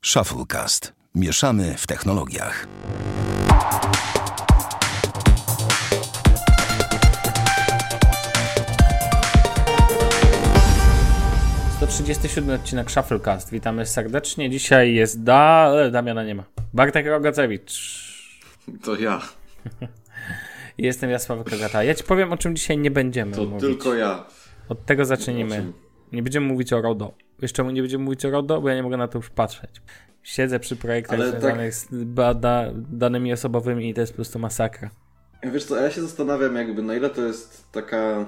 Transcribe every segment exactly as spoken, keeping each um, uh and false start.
Shufflecast. Mieszamy w technologiach. sto trzydziesty siódmy odcinek Shufflecast. Witamy serdecznie. Dzisiaj jest da... Damiana nie ma. Bartek Rogacewicz. To ja. Jestem ja, Sławek Rogata. Ja ci powiem, o czym dzisiaj nie będziemy To mówić. tylko ja. Od tego zacznijmy. Nie będziemy mówić o RODO. Wiesz czemu nie będziemy mówić o RODO? Bo ja nie mogę na to już patrzeć. Siedzę przy projektach Ale związanych tak... z bada, danymi osobowymi i to jest po prostu masakra. Wiesz co, ja się zastanawiam jakby na ile to jest taka...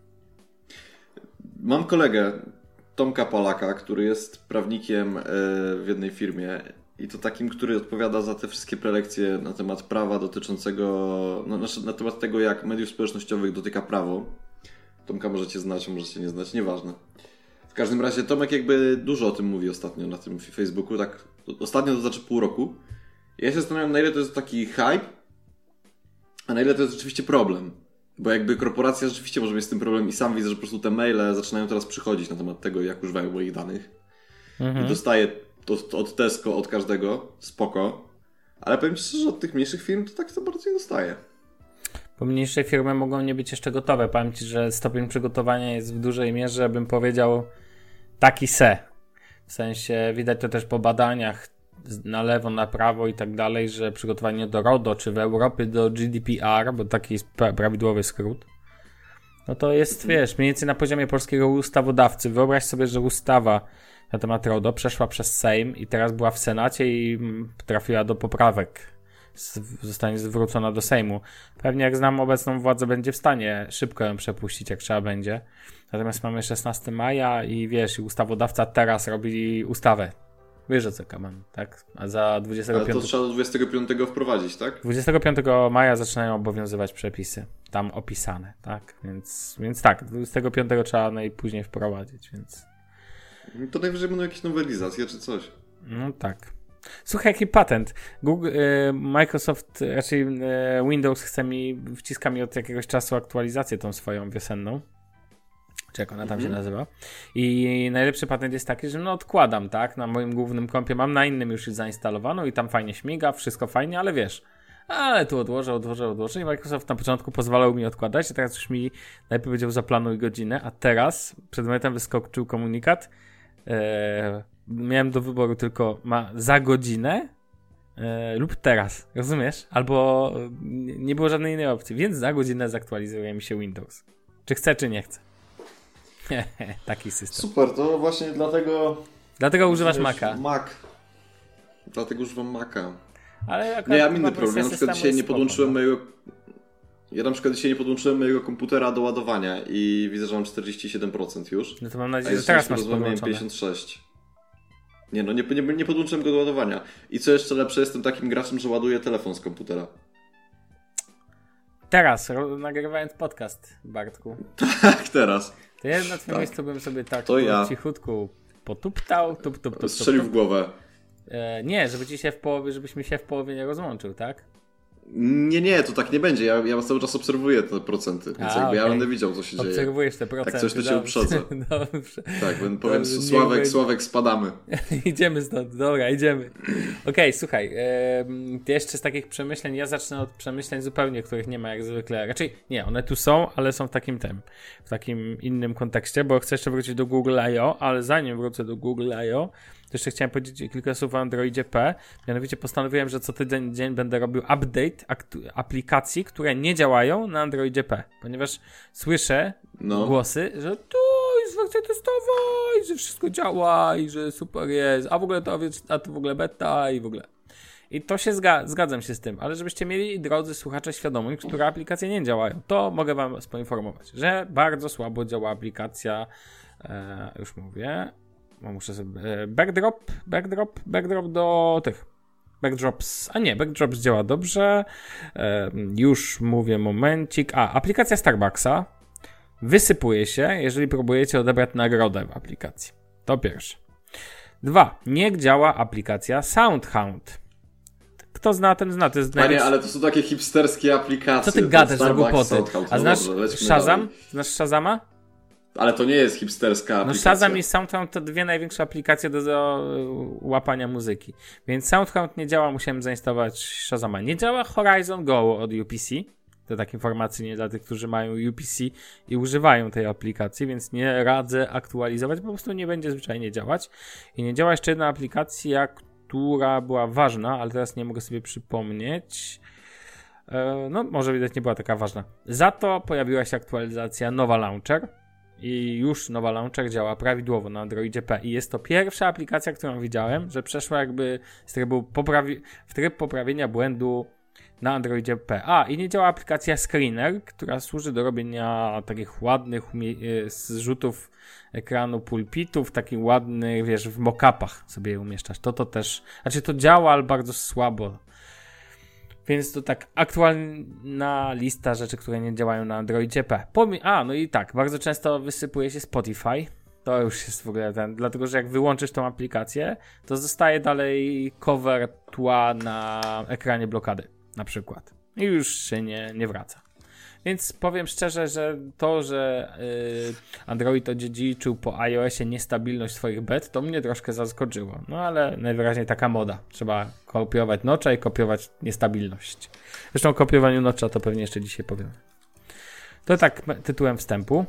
Mam kolegę, Tomka Polaka, który jest prawnikiem w jednej firmie i to takim, który odpowiada za te wszystkie prelekcje na temat prawa dotyczącego, no, na temat tego, jak mediów społecznościowych dotyka prawo. Tomka możecie znać, możecie nie znać, nieważne. W każdym razie Tomek jakby dużo o tym mówi ostatnio na tym Facebooku, tak ostatnio to znaczy pół roku. Ja się zastanawiam, na ile to jest taki hype, a na ile to jest rzeczywiście problem. Bo jakby korporacja rzeczywiście może mieć z tym problem i sam widzę, że po prostu te maile zaczynają teraz przychodzić na temat tego, jak używają moich danych. Mhm. I dostaję od, od Tesco, od każdego, spoko. Ale powiem ci szczerze, że od tych mniejszych firm to tak to bardzo nie dostaję. Bo mniejsze firmy mogą nie być jeszcze gotowe. Powiem ci, że stopień przygotowania jest w dużej mierze, bym powiedział, taki se. W sensie widać to też po badaniach na lewo, na prawo i tak dalej, że przygotowanie do RODO, czy w Europie do G D P R, bo taki jest pra- prawidłowy skrót, no to jest, wiesz, mniej więcej na poziomie polskiego ustawodawcy. Wyobraź sobie, że ustawa na temat RODO przeszła przez Sejm i teraz była w Senacie i trafiła do poprawek. Zostanie zwrócona do Sejmu. Pewnie jak znam obecną władzę, będzie w stanie szybko ją przepuścić, jak trzeba będzie. Natomiast mamy szesnastego maja i wiesz, ustawodawca teraz robi ustawę. Wiesz o co, Kaman, tak? A za dwudziestego piątego... Ale to trzeba do dwudziestego piątego wprowadzić, tak? dwudziestego piątego maja zaczynają obowiązywać przepisy. Tam opisane, tak? Więc, więc tak, dwudziestego piątego trzeba najpóźniej wprowadzić, więc... To najwyżej będą jakieś nowelizacje czy coś. No tak. Słuchaj, jaki patent. Google, e, Microsoft, raczej e, Windows chce mi, wciska mi od jakiegoś czasu aktualizację tą swoją wiosenną. Czy jak ona tam mm-hmm. się nazywa. I najlepszy patent jest taki, że no odkładam, tak? Na moim głównym kompie mam, na innym już zainstalowaną i tam fajnie śmiga, wszystko fajnie, ale wiesz, ale tu odłożę, odłożę, odłożę i Microsoft na początku pozwalał mi odkładać, a teraz już mi najpierw powiedział zaplanuj godzinę, a teraz przed momentem wyskoczył komunikat, e, miałem do wyboru tylko ma za godzinę e, lub teraz, rozumiesz? Albo nie było żadnej innej opcji, więc za godzinę zaktualizuje mi się Windows. Czy chcę, czy nie chcę. Taki system. Super, to właśnie dlatego... Dlatego używasz Maca. Mac. Dlatego używam Maca. Ale nie, ja mam inny problem. Ja na przykład dzisiaj nie podłączyłem mojego... Ja na przykład dzisiaj nie podłączyłem mojego komputera do ładowania i widzę, że mam czterdzieści siedem procent już. No to mam nadzieję, że teraz masz podłączone. pięćdziesiąt sześć. Nie no, nie, nie, nie podłączyłem go do ładowania. I co jeszcze lepsze, jestem takim graczem, że ładuję telefon z komputera. Teraz, nagrywając podcast, Bartku. Tak, teraz. To ja na twoim miejscu bym sobie tak ja. cichutku potuptał, tup, tup, tup, strzelił w głowę. E, nie, żeby ci się w połowie, żebyś mi się w połowie nie rozłączył, tak? Nie, nie, to tak nie będzie. Ja, ja cały czas obserwuję te procenty, więc A, jakby okay. ja będę widział, co się dzieje. Obserwujesz te procenty. Tak coś to cię uprzedzę. Dobrze. Tak, powiem, powiem Sławek, będzie... Sławek, spadamy. Idziemy stąd, dobra, idziemy. Okej, okay, słuchaj, e, jeszcze z takich przemyśleń, ja zacznę od przemyśleń zupełnie, których nie ma jak zwykle. Raczej nie, one tu są, ale są w takim tem, w takim innym kontekście, bo chcę jeszcze wrócić do Google I O, ale zanim wrócę do Google I O, to jeszcze chciałem powiedzieć kilka słów o Androidzie P. Mianowicie postanowiłem, że co tydzień dzień będę robił update aktu- aplikacji, które nie działają na Androidzie P. Ponieważ słyszę no. głosy, że to jest wersja testowa i że wszystko działa i że super jest, a w ogóle to, a to w ogóle beta i w ogóle. I to się zga- zgadzam się z tym, ale żebyście mieli, drodzy słuchacze, świadomość, które aplikacje nie działają, to mogę wam poinformować, że bardzo słabo działa aplikacja, e, już mówię, bo muszę sobie, e, backdrop, backdrop, backdrop do tych, backdrops, a nie, backdrops działa dobrze, e, już mówię, momencik, a, aplikacja Starbucksa wysypuje się, jeżeli próbujecie odebrać nagrodę w aplikacji, to pierwsze. Dwa, nie działa aplikacja SoundHound. Kto zna, ten zna. To jest Panie, najlepszy... ale to są takie hipsterskie aplikacje. Co ty gadasz za głupoty? A znasz no dobrze, Shazam? Znasz Shazama? Ale to nie jest hipsterska No aplikacja. Shazam i SoundHound to dwie największe aplikacje do, do łapania muzyki. Więc SoundHound nie działa, musiałem zainstalować Shazama. Nie działa Horizon Go od U P C. To tak informacyjnie dla tych, którzy mają U P C i używają tej aplikacji, więc nie radzę aktualizować, po prostu nie będzie zwyczajnie działać. I nie działa jeszcze jedna aplikacja, która była ważna, ale teraz nie mogę sobie przypomnieć. No, może widać, nie była taka ważna. Za to pojawiła się aktualizacja Nova Launcher i już Nova Launcher działa prawidłowo na Androidzie P. I jest to pierwsza aplikacja, którą widziałem, że przeszła jakby z trybu poprawi- w tryb poprawienia błędu na Androidzie P. A, i nie działa aplikacja Screener, która służy do robienia takich ładnych umie- zrzutów ekranu pulpitów, takich ładnych, wiesz, w mock-upach sobie je umieszczasz. To to też, znaczy to działa, ale bardzo słabo. Więc to tak aktualna lista rzeczy, które nie działają na Androidzie P. Pomi- A, no i tak, bardzo często wysypuje się Spotify. To już jest w ogóle ten, dlatego że jak wyłączysz tą aplikację, to zostaje dalej cover tła na ekranie blokady, na przykład. I już się nie, nie wraca. Więc powiem szczerze, że to, że yy, Android odziedziczył po iOSie niestabilność swoich bet, to mnie troszkę zaskoczyło. No ale najwyraźniej taka moda. Trzeba kopiować notcha i kopiować niestabilność. Zresztą o kopiowaniu notcha to pewnie jeszcze dzisiaj powiem. To tak tytułem wstępu.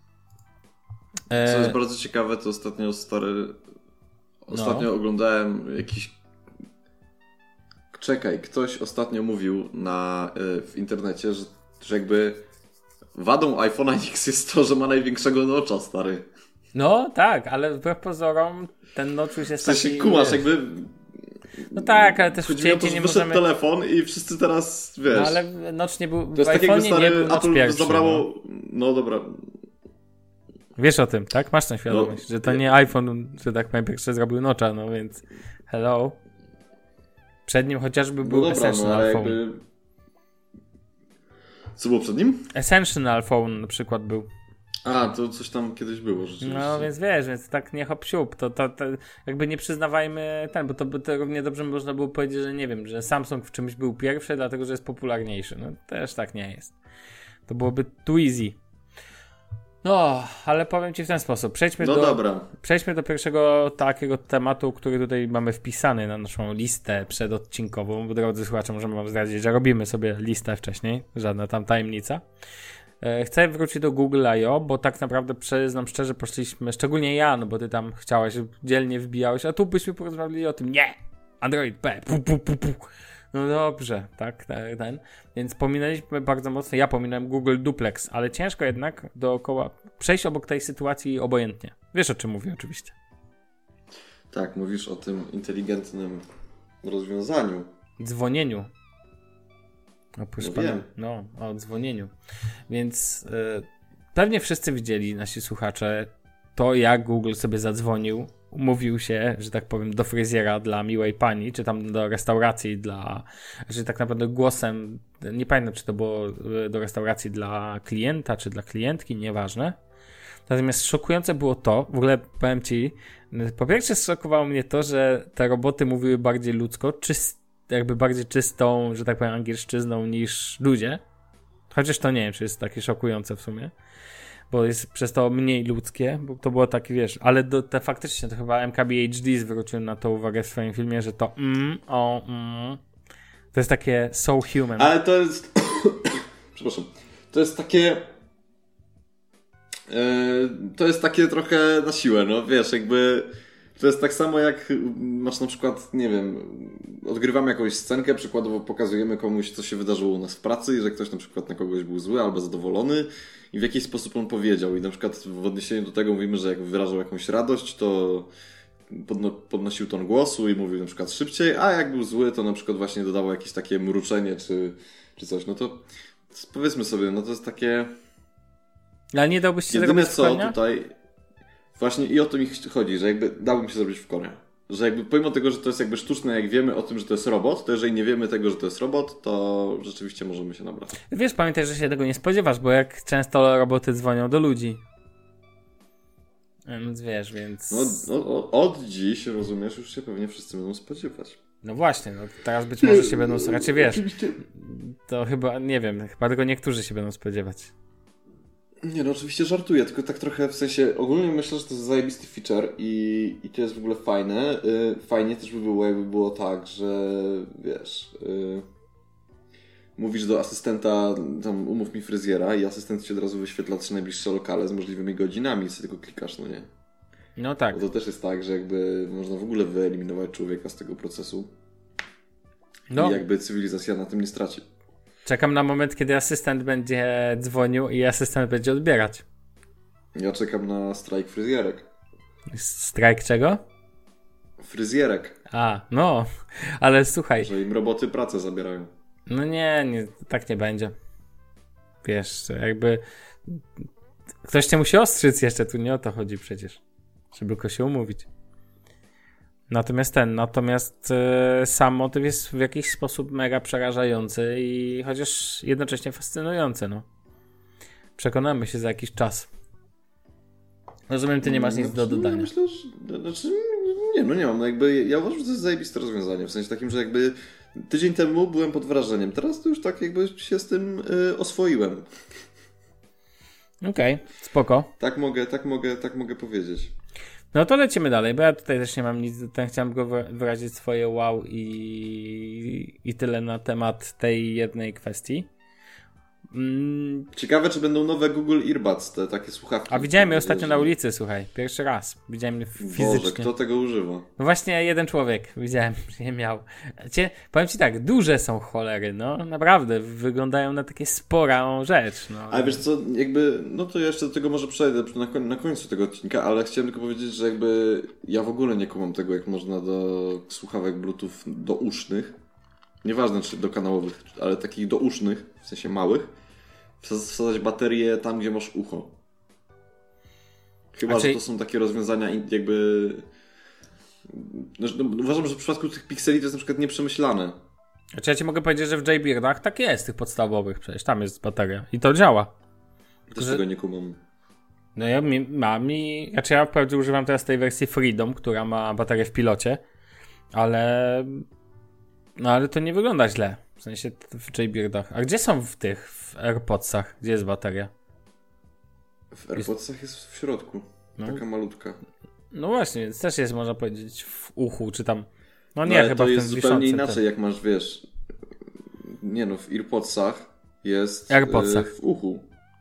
Co jest bardzo ciekawe, to ostatnio stary... Ostatnio no. oglądałem jakiś... Czekaj, ktoś ostatnio mówił na, w internecie, że, że jakby wadą iPhone'a X jest to, że ma największego notcha, stary. No tak, ale wbrew pozorom ten notch już jest w sensie, taki... kumasz, jakby... No tak, ale też w cięcie nie możemy... telefon i wszyscy teraz, wiesz... No ale notch nie był... To jest tak jakby stary, nie był Apple pierwszy, zabrało... No. no dobra... Wiesz o tym, tak? Masz tę świadomość, no, że to nie iPhone, że tak powiem, pierwszy zrobił notcha, no więc hello. Przed nim chociażby był no dobra, Essential no, Phone. Jakby... Co było przed nim? Essential Phone na przykład był. A, to coś tam kiedyś było rzeczywiście. No więc wiesz, więc tak nie hop siup, to, to, to jakby nie przyznawajmy ten, bo to by to równie dobrze można było powiedzieć, że nie wiem, że Samsung w czymś był pierwszy, dlatego że jest popularniejszy. No też tak nie jest. To byłoby too easy. No, ale powiem ci w ten sposób. Przejdźmy, no do, dobra. przejdźmy do pierwszego takiego tematu, który tutaj mamy wpisany na naszą listę przedodcinkową. Bo drodzy słuchacze, możemy wam zdradzić, że robimy sobie listę wcześniej. Żadna tam tajemnica. E, chcę wrócić do Google I O, bo tak naprawdę przyznam szczerze, poszliśmy, szczególnie ja, no bo ty tam chciałeś, dzielnie wbijałeś, a tu byśmy porozmawiali o tym. Nie! Android P! Pu, pu, pu, pu. No dobrze, tak, ten. Więc pominęliśmy bardzo mocno, ja pominąłem Google Duplex, ale ciężko jednak dookoła przejść obok tej sytuacji obojętnie. Wiesz, o czym mówię oczywiście. Tak, mówisz o tym inteligentnym rozwiązaniu. Dzwonieniu. O, no, pan, no, o dzwonieniu. Więc y, pewnie wszyscy widzieli, nasi słuchacze, to jak Google sobie zadzwonił, umówił się, że tak powiem, do fryzjera dla miłej pani, czy tam do restauracji dla, że tak naprawdę głosem, nie pamiętam, czy to było do restauracji dla klienta, czy dla klientki, nieważne. Natomiast szokujące było to, w ogóle powiem ci, po pierwsze zszokowało mnie to, że te roboty mówiły bardziej ludzko, czyst, jakby bardziej czystą, że tak powiem, angielszczyzną niż ludzie. Chociaż to nie wiem, czy jest takie szokujące w sumie. Bo jest przez to mniej ludzkie, bo to było takie, wiesz, ale do, te faktycznie to chyba M K B H D zwrócił na to uwagę w swoim filmie, że to mm, o, mm, to jest takie so human. Ale to jest przepraszam, to jest takie yy, to jest takie trochę na siłę, no wiesz, jakby to jest tak samo jak masz na przykład, nie wiem, odgrywamy jakąś scenkę, przykładowo pokazujemy komuś, co się wydarzyło u nas w pracy i że ktoś na przykład na kogoś był zły albo zadowolony i w jakiś sposób on powiedział i na przykład w odniesieniu do tego mówimy, że jak wyrażał jakąś radość, to podno- podnosił ton głosu i mówił na przykład szybciej, a jak był zły, to na przykład właśnie dodawał jakieś takie mruczenie czy, czy coś, no to, to powiedzmy sobie, no to jest takie... Ale nie dałbyś się jedyne tego co tutaj... Właśnie i o to mi chodzi, że jakby dałbym się zrobić w Korę. Że jakby pomimo tego, że to jest jakby sztuczne, jak wiemy o tym, że to jest robot, to jeżeli nie wiemy tego, że to jest robot, to rzeczywiście możemy się nabrać. Wiesz, pamiętaj, że się tego nie spodziewasz, bo jak często roboty dzwonią do ludzi. Więc wiesz, więc... No, no od dziś, rozumiesz, już się pewnie wszyscy będą spodziewać. No właśnie, no teraz być może się będą... Raczej wiesz, to chyba, nie wiem, chyba tego niektórzy się będą spodziewać. Nie no, oczywiście żartuję, tylko tak trochę w sensie, ogólnie myślę, że to jest zajebisty feature i, i to jest w ogóle fajne. Yy, fajnie też by było, jakby było tak, że wiesz, yy, mówisz do asystenta, tam umów mi fryzjera i asystent ci od razu wyświetla trzy najbliższe lokale z możliwymi godzinami i sobie tylko klikasz, no nie? No tak. Bo to też jest tak, że jakby można w ogóle wyeliminować człowieka z tego procesu no. I jakby cywilizacja na tym nie straci. Czekam na moment, kiedy asystent będzie dzwonił i asystent będzie odbierać. Ja czekam na strajk fryzjerek. Strajk czego? Fryzjerek. A, no, ale słuchaj. Że im roboty pracę zabierają. No nie, nie, tak nie będzie. Wiesz, jakby ktoś cię musi ostrzyc jeszcze, tu nie o to chodzi przecież. Żeby tylko się umówić. Natomiast ten, natomiast yy, sam motyw jest w jakiś sposób mega przerażający i chociaż jednocześnie fascynujący, no. Przekonamy się za jakiś czas. Rozumiem, ty nie masz nic no, do dodania. Ja myślę, że, znaczy, nie, no nie mam, no jakby, ja uważam, że to jest zajebiste rozwiązanie, w sensie takim, że jakby tydzień temu byłem pod wrażeniem, teraz to już tak jakby się z tym y, oswoiłem. Okej, okay, spoko. Tak mogę, tak mogę, tak mogę powiedzieć. No to lecimy dalej, bo ja tutaj też nie mam nic, ten chciałem tylko wyrazić swoje wow i, i tyle na temat tej jednej kwestii. Mm. Ciekawe, czy będą nowe Google Earbuds, te takie słuchawki. A widziałem je ostatnio na ulicy, słuchaj, pierwszy raz. Widziałem je fizycznie. Boże, kto tego używa? No właśnie jeden człowiek, widziałem, że nie miał. Cie, powiem ci tak, duże są cholery, no naprawdę, wyglądają na takie sporą rzecz. No. Ale wiesz co, jakby, no to ja jeszcze do tego może przejdę na, koń, na końcu tego odcinka, ale chciałem tylko powiedzieć, że jakby ja w ogóle nie kumam tego, jak można do słuchawek Bluetooth dousznych, nieważne czy do kanałowych, ale takich dousznych, w sensie małych, wsadzać baterię tam, gdzie masz ucho. Chyba, znaczy... że to są takie rozwiązania jakby... No, uważam, że w przypadku tych pikseli to jest na przykład nieprzemyślane. Znaczy ja ci mogę powiedzieć, że w Jailbirdach tak jest, tych podstawowych przecież, tam jest bateria i to działa. Też że... tego nie kumam. No ja mi, mam i... Znaczy ja wprawdzie używam teraz tej wersji Freedom, która ma baterię w pilocie, ale... No ale to nie wygląda źle. W sensie w Jailbirdach. A gdzie są w tych, w AirPodsach? Gdzie jest bateria? W AirPodsach jest, jest w środku. No. Taka malutka. No właśnie, więc też jest, można powiedzieć, w uchu, czy tam... No nie, no, ale chyba to w jest tym zupełnie inaczej, ten. Jak masz, wiesz... Nie no, w AirPodsach jest AirPodsach. Yy, w uchu.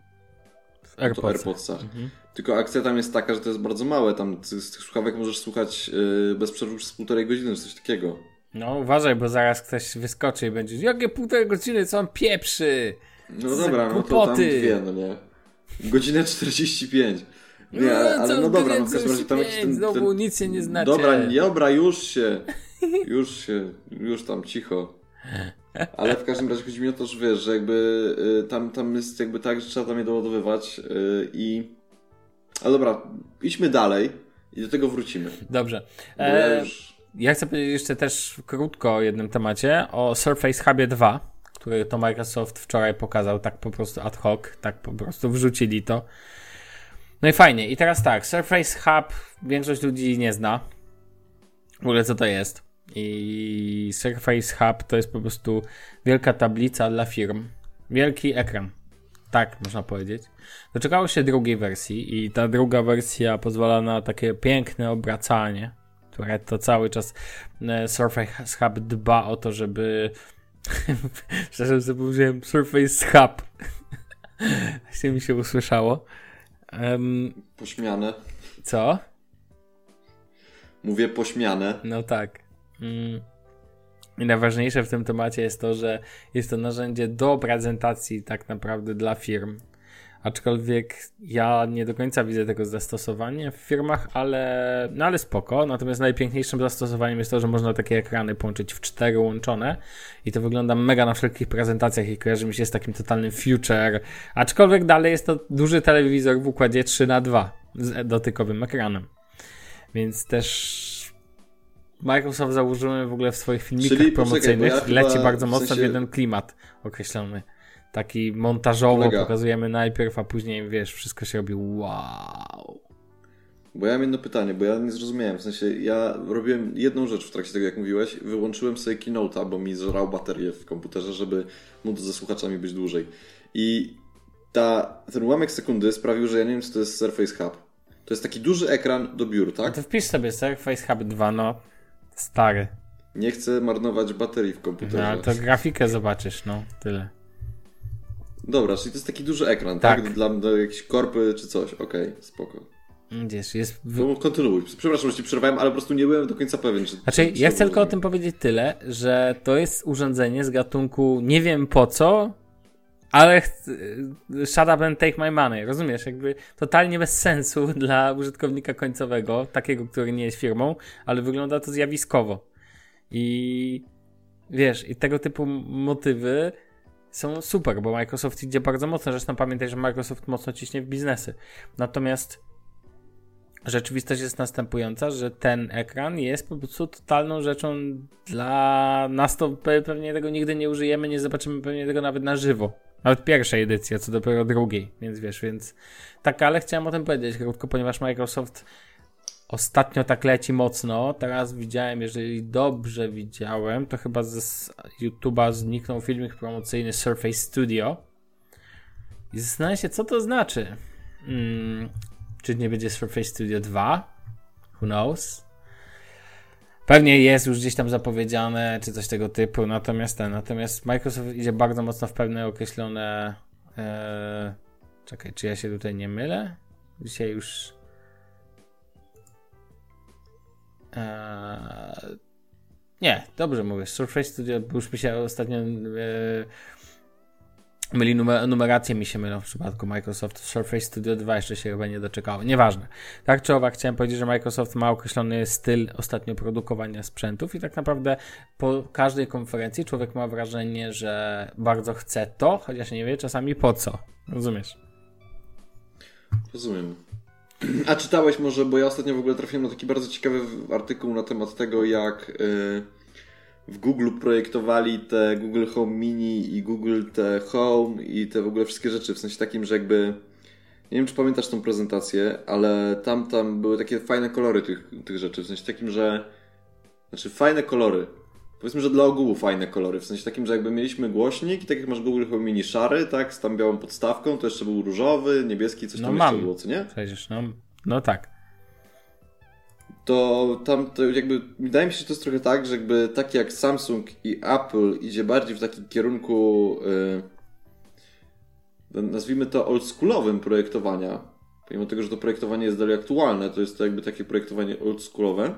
W AirPodsach. AirPodsach. Mhm. Tylko akcja tam jest taka, że to jest bardzo małe. Tam z tych słuchawek możesz słuchać yy, bez przerwy przez półtorej godziny, czy coś takiego. No uważaj, bo zaraz ktoś wyskoczy i będzie jakie półtorej godziny, co on pieprzy? No dobra, no to tam dwie, no nie. Godzinę czterdzieści pięć. Nie, no, ale, ale no dobra, no w każdym razie tam jakiś ten... Znowu ten... nic się nie znacie. Dobra, dobra, już się. Już się, już tam cicho. Ale w każdym razie chodzi mi o to, że wiesz, że jakby y, tam, tam jest jakby tak, że trzeba tam je doładowywać y, i... Ale dobra, idźmy dalej i do tego wrócimy. Dobrze. Bo ja już... Ja chcę powiedzieć jeszcze też krótko o jednym temacie, o Surface Hubie dwa, który to Microsoft wczoraj pokazał tak po prostu ad hoc, tak po prostu wrzucili to. No i fajnie. I teraz tak, Surface Hub większość ludzi nie zna. W ogóle co to jest. I Surface Hub to jest po prostu wielka tablica dla firm. Wielki ekran. Tak można powiedzieć. Doczekało się drugiej wersji i ta druga wersja pozwala na takie piękne obracanie, które to cały czas Surface Hub dba o to, żeby szczerze sobie powiedziałem Surface Hub. Właśnie mi się usłyszało. Um, pośmiane. Co? Mówię pośmiane. No tak. Mm. I najważniejsze w tym temacie jest to, że jest to narzędzie do prezentacji tak naprawdę dla firm. Aczkolwiek ja nie do końca widzę tego zastosowania w firmach, ale, no ale spoko. Natomiast najpiękniejszym zastosowaniem jest to, że można takie ekrany połączyć w cztery łączone i to wygląda mega na wszelkich prezentacjach i kojarzy mi się z takim totalnym future. Aczkolwiek dalej jest to duży telewizor w układzie trzy na dwa z dotykowym ekranem. Więc też Microsoft założymy w ogóle w swoich filmikach Czyli, promocyjnych poczekaj, ja leci chyba, bardzo mocno w, sensie... w jeden klimat określony. Taki montażowo Kolega. Pokazujemy najpierw, a później, wiesz, wszystko się robi wow. Bo ja mam jedno pytanie, bo ja nie zrozumiałem. W sensie, ja robiłem jedną rzecz w trakcie tego, jak mówiłeś. Wyłączyłem sobie Keynote'a, bo mi zżerał baterię w komputerze, żeby móc ze słuchaczami być dłużej. I ta, ten ułamek sekundy sprawił, że ja nie wiem, co to jest Surface Hub. To jest taki duży ekran do biur, tak? No to wpisz sobie Surface Hub dwa, no stary. Nie chcę marnować baterii w komputerze. No, ale to grafikę zobaczysz, no tyle. Dobra, czyli to jest taki duży ekran, tak? Tak. Dla, dla jakiejś korpy czy coś. Okej, okay, spoko. Wiesz, jest... No, kontynuuj. Przepraszam, że ci przerwałem, ale po prostu nie byłem do końca pewien. Czy, znaczy, czy ja chcę tylko o tym powiedzieć tyle, że to jest urządzenie z gatunku nie wiem po co, ale ch- shut up and take my money, rozumiesz? Jakby totalnie bez sensu dla użytkownika końcowego, takiego, który nie jest firmą, ale wygląda to zjawiskowo. I wiesz, i tego typu motywy są super, bo Microsoft idzie bardzo mocno. Zresztą pamiętaj, że Microsoft mocno ciśnie w biznesy. Natomiast rzeczywistość jest następująca, że ten ekran jest po prostu totalną rzeczą dla nas. To pewnie tego nigdy nie użyjemy, nie zobaczymy pewnie tego nawet na żywo. Nawet pierwszej edycji, a co dopiero drugiej, więc wiesz, więc tak, ale chciałem o tym powiedzieć krótko, ponieważ Microsoft ostatnio tak leci mocno. Teraz widziałem, jeżeli dobrze widziałem, to chyba z YouTube'a zniknął filmik promocyjny Surface Studio. I zastanawiam się, co to znaczy. Hmm, czy nie będzie Surface Studio dwa? Who knows? Pewnie jest już gdzieś tam zapowiedziane, czy coś tego typu, natomiast ten, natomiast Microsoft idzie bardzo mocno w pewne określone... Ee, czekaj, czy ja się tutaj nie mylę? Dzisiaj już... Eee, nie, dobrze mówię. Surface Studio, bo już mi się ostatnio e, myli numer, numeracje mi się mylą w przypadku Microsoft. Surface Studio dwa jeszcze się chyba nie doczekało. Nieważne. Tak czy owak, chciałem powiedzieć, że Microsoft ma określony styl ostatnio produkowania sprzętów i tak naprawdę po każdej konferencji człowiek ma wrażenie, że bardzo chce to, chociaż nie wie czasami po co. Rozumiesz? Rozumiem. A czytałeś może, bo ja ostatnio w ogóle trafiłem na taki bardzo ciekawy artykuł na temat tego, jak yy, w Google projektowali te Google Home Mini i Google te Home i te w ogóle wszystkie rzeczy, w sensie takim, że jakby, nie wiem czy pamiętasz tą prezentację, ale tam, tam były takie fajne kolory tych, tych rzeczy, w sensie takim, że znaczy fajne kolory, powiedzmy, że dla ogółu fajne kolory, w sensie takim, że jakby mieliśmy głośnik i tak jak masz Google Home Mini szary, tak, z tam białą podstawką, to jeszcze był różowy, niebieski, coś tam no jeszcze mam. było, co nie? Przecież, no, no tak. To tam to jakby, wydaje mi się, że to jest trochę tak, że jakby tak jak Samsung i Apple idzie bardziej w takim kierunku yy, nazwijmy to oldschoolowym projektowania, pomimo tego, że to projektowanie jest dalej aktualne, to jest to jakby takie projektowanie oldschoolowe.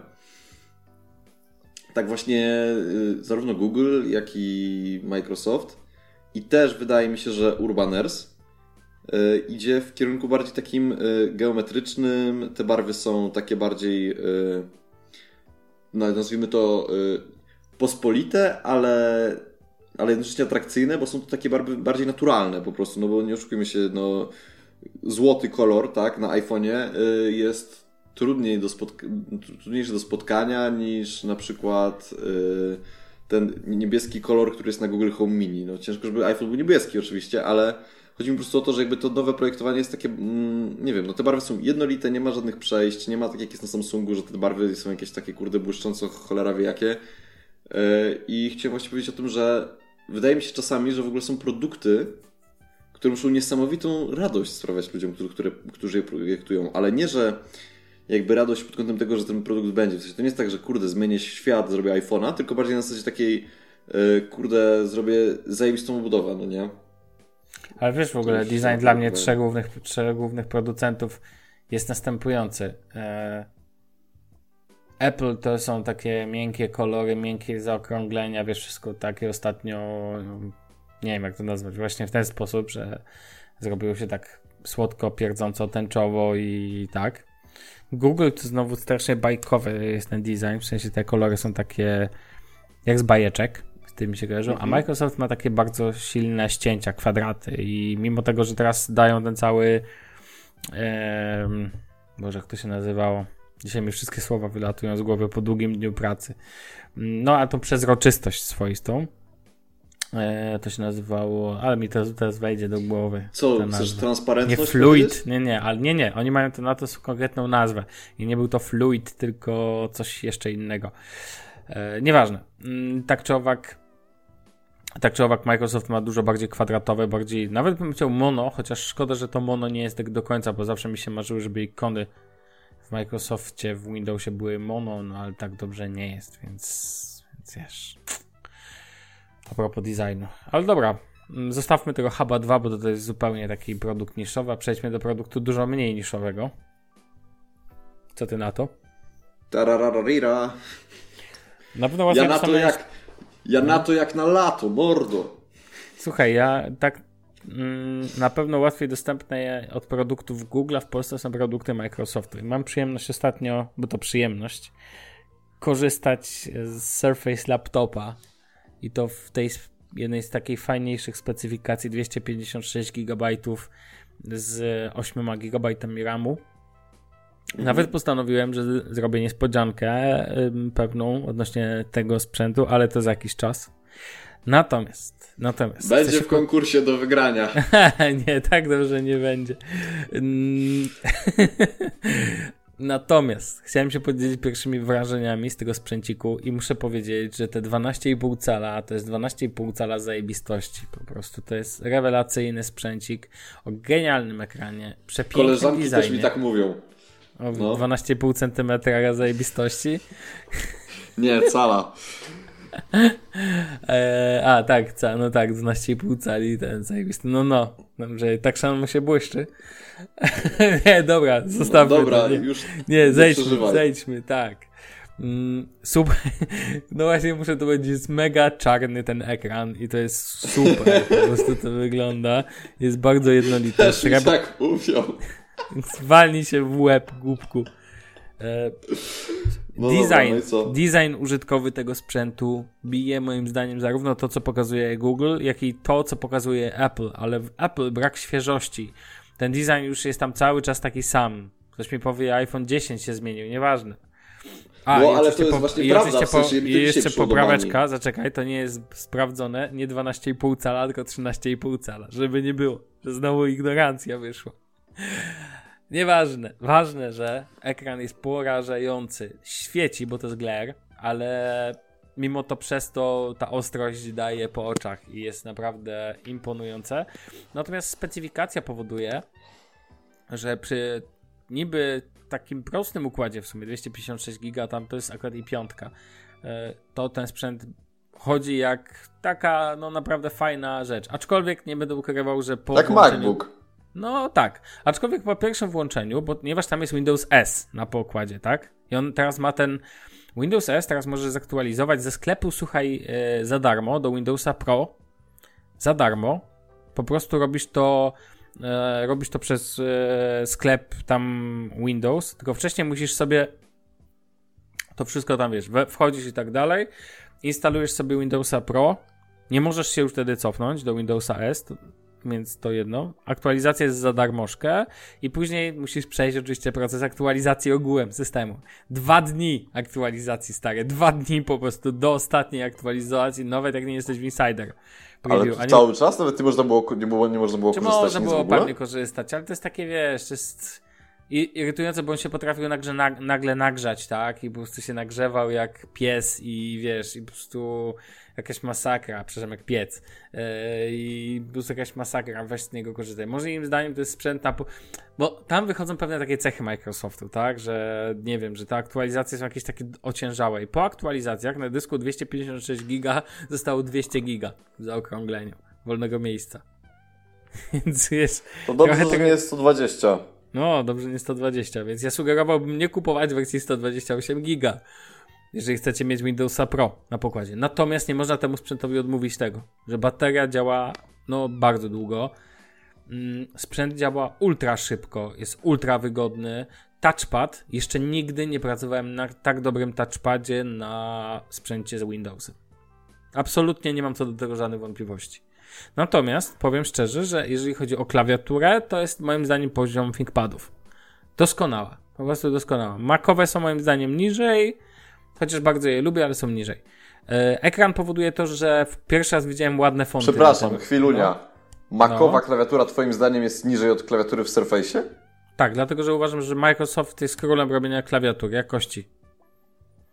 Tak właśnie yy, zarówno Google, jak i Microsoft i też wydaje mi się, że Urbaners Yy, idzie w kierunku bardziej takim yy, geometrycznym. Te barwy są takie bardziej yy, no, nazwijmy to yy, pospolite, ale, ale jednocześnie atrakcyjne, bo są to takie barwy bardziej naturalne po prostu, no bo nie oszukujmy się, no złoty kolor, tak, na iPhone'ie yy, jest trudniej do spotka- trudniejszy do spotkania niż na przykład yy, ten niebieski kolor, który jest na Google Home Mini. No ciężko, żeby iPhone był niebieski oczywiście, ale chodzi mi po prostu o to, że jakby to nowe projektowanie jest takie, mm, nie wiem, no te barwy są jednolite, nie ma żadnych przejść, nie ma tak jak jest na Samsungu, że te barwy są jakieś takie kurde błyszcząco cholera wie jakie. Yy, I chciałem właśnie powiedzieć o tym, że wydaje mi się czasami, że w ogóle są produkty, które muszą niesamowitą radość sprawiać ludziom, którzy, które, którzy je projektują, ale nie, że jakby radość pod kątem tego, że ten produkt będzie. W sensie to nie jest tak, że kurde, zmienię świat, zrobię iPhone'a, tylko bardziej na zasadzie takiej yy, kurde, zrobię zajebistą budowę, no nie? Ale wiesz, w ogóle design dla mnie trzech głównych, trzech głównych producentów jest następujący. E... Apple to są takie miękkie kolory, miękkie zaokrąglenia, wiesz, wszystko takie ostatnio, nie wiem jak to nazwać, właśnie w ten sposób, że zrobiło się tak słodko, pierdząco, tęczowo i tak. Google to znowu strasznie bajkowy jest ten design, w sensie te kolory są takie jak z bajeczek. Z tym mi się kojarzą, a Microsoft ma takie bardzo silne ścięcia, kwadraty i mimo tego, że teraz dają ten cały e, Boże, jak to się nazywało? Dzisiaj mi wszystkie słowa wylatują z głowy po długim dniu pracy. No, a tą przezroczystość swoistą e, to się nazywało, ale mi to teraz wejdzie do głowy. Co, chcesz transparentność? Nie fluid, nie, nie, ale nie, nie, oni mają to na to konkretną nazwę i nie był to fluid, tylko coś jeszcze innego. E, nieważne. Tak czy owak Tak czy owak Microsoft ma dużo bardziej kwadratowe, bardziej, nawet bym chciał mono, chociaż szkoda, że to mono nie jest tak do końca, bo zawsze mi się marzyły, żeby ikony w Microsoftie, w Windowsie były mono, no ale tak dobrze nie jest, więc, więc wiesz, a propos designu. Ale dobra, zostawmy tego Huba dwa, bo to jest zupełnie taki produkt niszowy, a przejdźmy do produktu dużo mniej niszowego. Co ty na to? Tarararira. Na pewno łatwiej ja na to dostępne jak jest... Ja na to jak na lato, mordo. Słuchaj, ja tak mm, na pewno łatwiej dostępne od produktów Google'a w Polsce są produkty Microsoftu. I mam przyjemność ostatnio, bo to przyjemność, korzystać z Surface Laptopa i to w tej jednej z takich fajniejszych specyfikacji dwieście pięćdziesiąt sześć gigabajtów z osiem gigabajtów ramu. Nawet postanowiłem, że zrobię niespodziankę ym, pewną odnośnie tego sprzętu, ale to za jakiś czas. Natomiast, natomiast będzie w konkursie do wygrania. Nie, tak dobrze nie będzie. Natomiast chciałem się podzielić pierwszymi wrażeniami z tego sprzęciku i muszę powiedzieć, że te dwanaście i pół cala to jest dwanaście i pół cala zajebistości. Po prostu to jest rewelacyjny sprzęcik o genialnym ekranie, przepięknym Koleżanki designie. też mi tak mówią. O No. dwanaście i pół centymetra zajebistości. Nie, cala. E, a, tak, ca, no tak, dwanaście i pół cali, ten zajebisty. No, no, dobrze, tak samo się błyszczy. Nie, dobra, zostawmy no, dobra, to. Nie, już nie zejdźmy, przeżywaj. zejdźmy, tak. Mm, super. No właśnie muszę to powiedzieć, jest mega czarny ten ekran i to jest super, po prostu to wygląda. Jest bardzo jednolity. Też mi Srebr... tak mówią. Walnij się w łeb, głupku. E, No design, dobra, no i co? design użytkowy tego sprzętu bije moim zdaniem zarówno to, co pokazuje Google, jak i to, co pokazuje Apple, ale w Apple brak świeżości. Ten design już jest tam cały czas taki sam. Ktoś mi powie, iPhone dziesięć się zmienił, nieważne. A, No, i ale oczywiście to jest po, właśnie i prawda, oczywiście w sensie po, mi to i dzisiaj jeszcze przyszło do popraweczka, bani. zaczekaj, to nie jest sprawdzone, nie dwanaście i pół cala, tylko trzynaście i pół cala, żeby nie było, że znowu ignorancja wyszła. Nieważne. Ważne, że ekran jest porażający. Świeci, bo to jest glare, ale mimo to przez to ta ostrość daje po oczach i jest naprawdę imponujące. Natomiast specyfikacja powoduje, że przy niby takim prostym układzie w sumie dwieście pięćdziesiąt sześć giga, tam to jest akurat i piątka, to ten sprzęt chodzi jak taka no naprawdę fajna rzecz. Aczkolwiek nie będę ukrywał, że po Tak włączeniu... MacBook. No tak, aczkolwiek po pierwszym włączeniu, bo ponieważ tam jest Windows S na pokładzie, tak? I on teraz ma ten Windows S, teraz możesz zaktualizować ze sklepu, słuchaj, yy, za darmo do Windowsa Pro, za darmo. Po prostu robisz to, yy, robisz to przez yy, sklep tam Windows, tylko wcześniej musisz sobie to wszystko tam, wiesz, we, wchodzisz i tak dalej, instalujesz sobie Windowsa Pro, nie możesz się już wtedy cofnąć do Windowsa S, to, więc to jedno. Aktualizacja jest za darmożkę i później musisz przejść oczywiście proces aktualizacji ogółem systemu. Dwa dni aktualizacji, stare. Dwa dni po prostu do ostatniej aktualizacji, nawet jak nie jesteś w Insider. Ale Preview. A nie... cały czas? Nawet nie można było, nie było, nie można było Czy korzystać można nic było w ogóle? pewnie korzystać, ale to jest takie, wiesz, to jest i- irytujące, bo on się potrafił nagle, nagle nagrzać, tak? I po prostu się nagrzewał jak pies i wiesz, i po prostu jakaś masakra, przepraszam, jak piec. Yy, I po prostu jakaś masakra, weź z niego korzystaj. Może im zdaniem to jest sprzęt na... Po... Bo tam wychodzą pewne takie cechy Microsoftu, tak? Że nie wiem, że te aktualizacje są jakieś takie ociężałe. I po aktualizacjach na dysku dwieście pięćdziesiąt sześć giga zostało dwieście giga w zaokrągleniu wolnego miejsca. Więc jest... To dobrze, trochę że tego- nie jest sto dwadzieścia. No, dobrze, nie sto dwadzieścia, więc ja sugerowałbym nie kupować wersji sto dwadzieścia osiem giga, jeżeli chcecie mieć Windowsa Pro na pokładzie. Natomiast nie można temu sprzętowi odmówić tego, że bateria działa no bardzo długo, mm, sprzęt działa ultra szybko, jest ultra wygodny, touchpad, jeszcze nigdy nie pracowałem na tak dobrym touchpadzie na sprzęcie z Windowsem. Absolutnie nie mam co do tego żadnych wątpliwości. Natomiast powiem szczerze, że jeżeli chodzi o klawiaturę, to jest moim zdaniem poziom ThinkPadów. Doskonała. Po prostu doskonała. Macowe są moim zdaniem niżej, chociaż bardzo je lubię, ale są niżej. Yy, ekran powoduje to, że w pierwszy raz widziałem ładne fonty. Przepraszam, na tym. chwilunia. No. Macowa No. klawiatura twoim zdaniem jest niżej od klawiatury w Surface'ie? Tak, dlatego, że uważam, że Microsoft jest królem robienia klawiatur, jakości.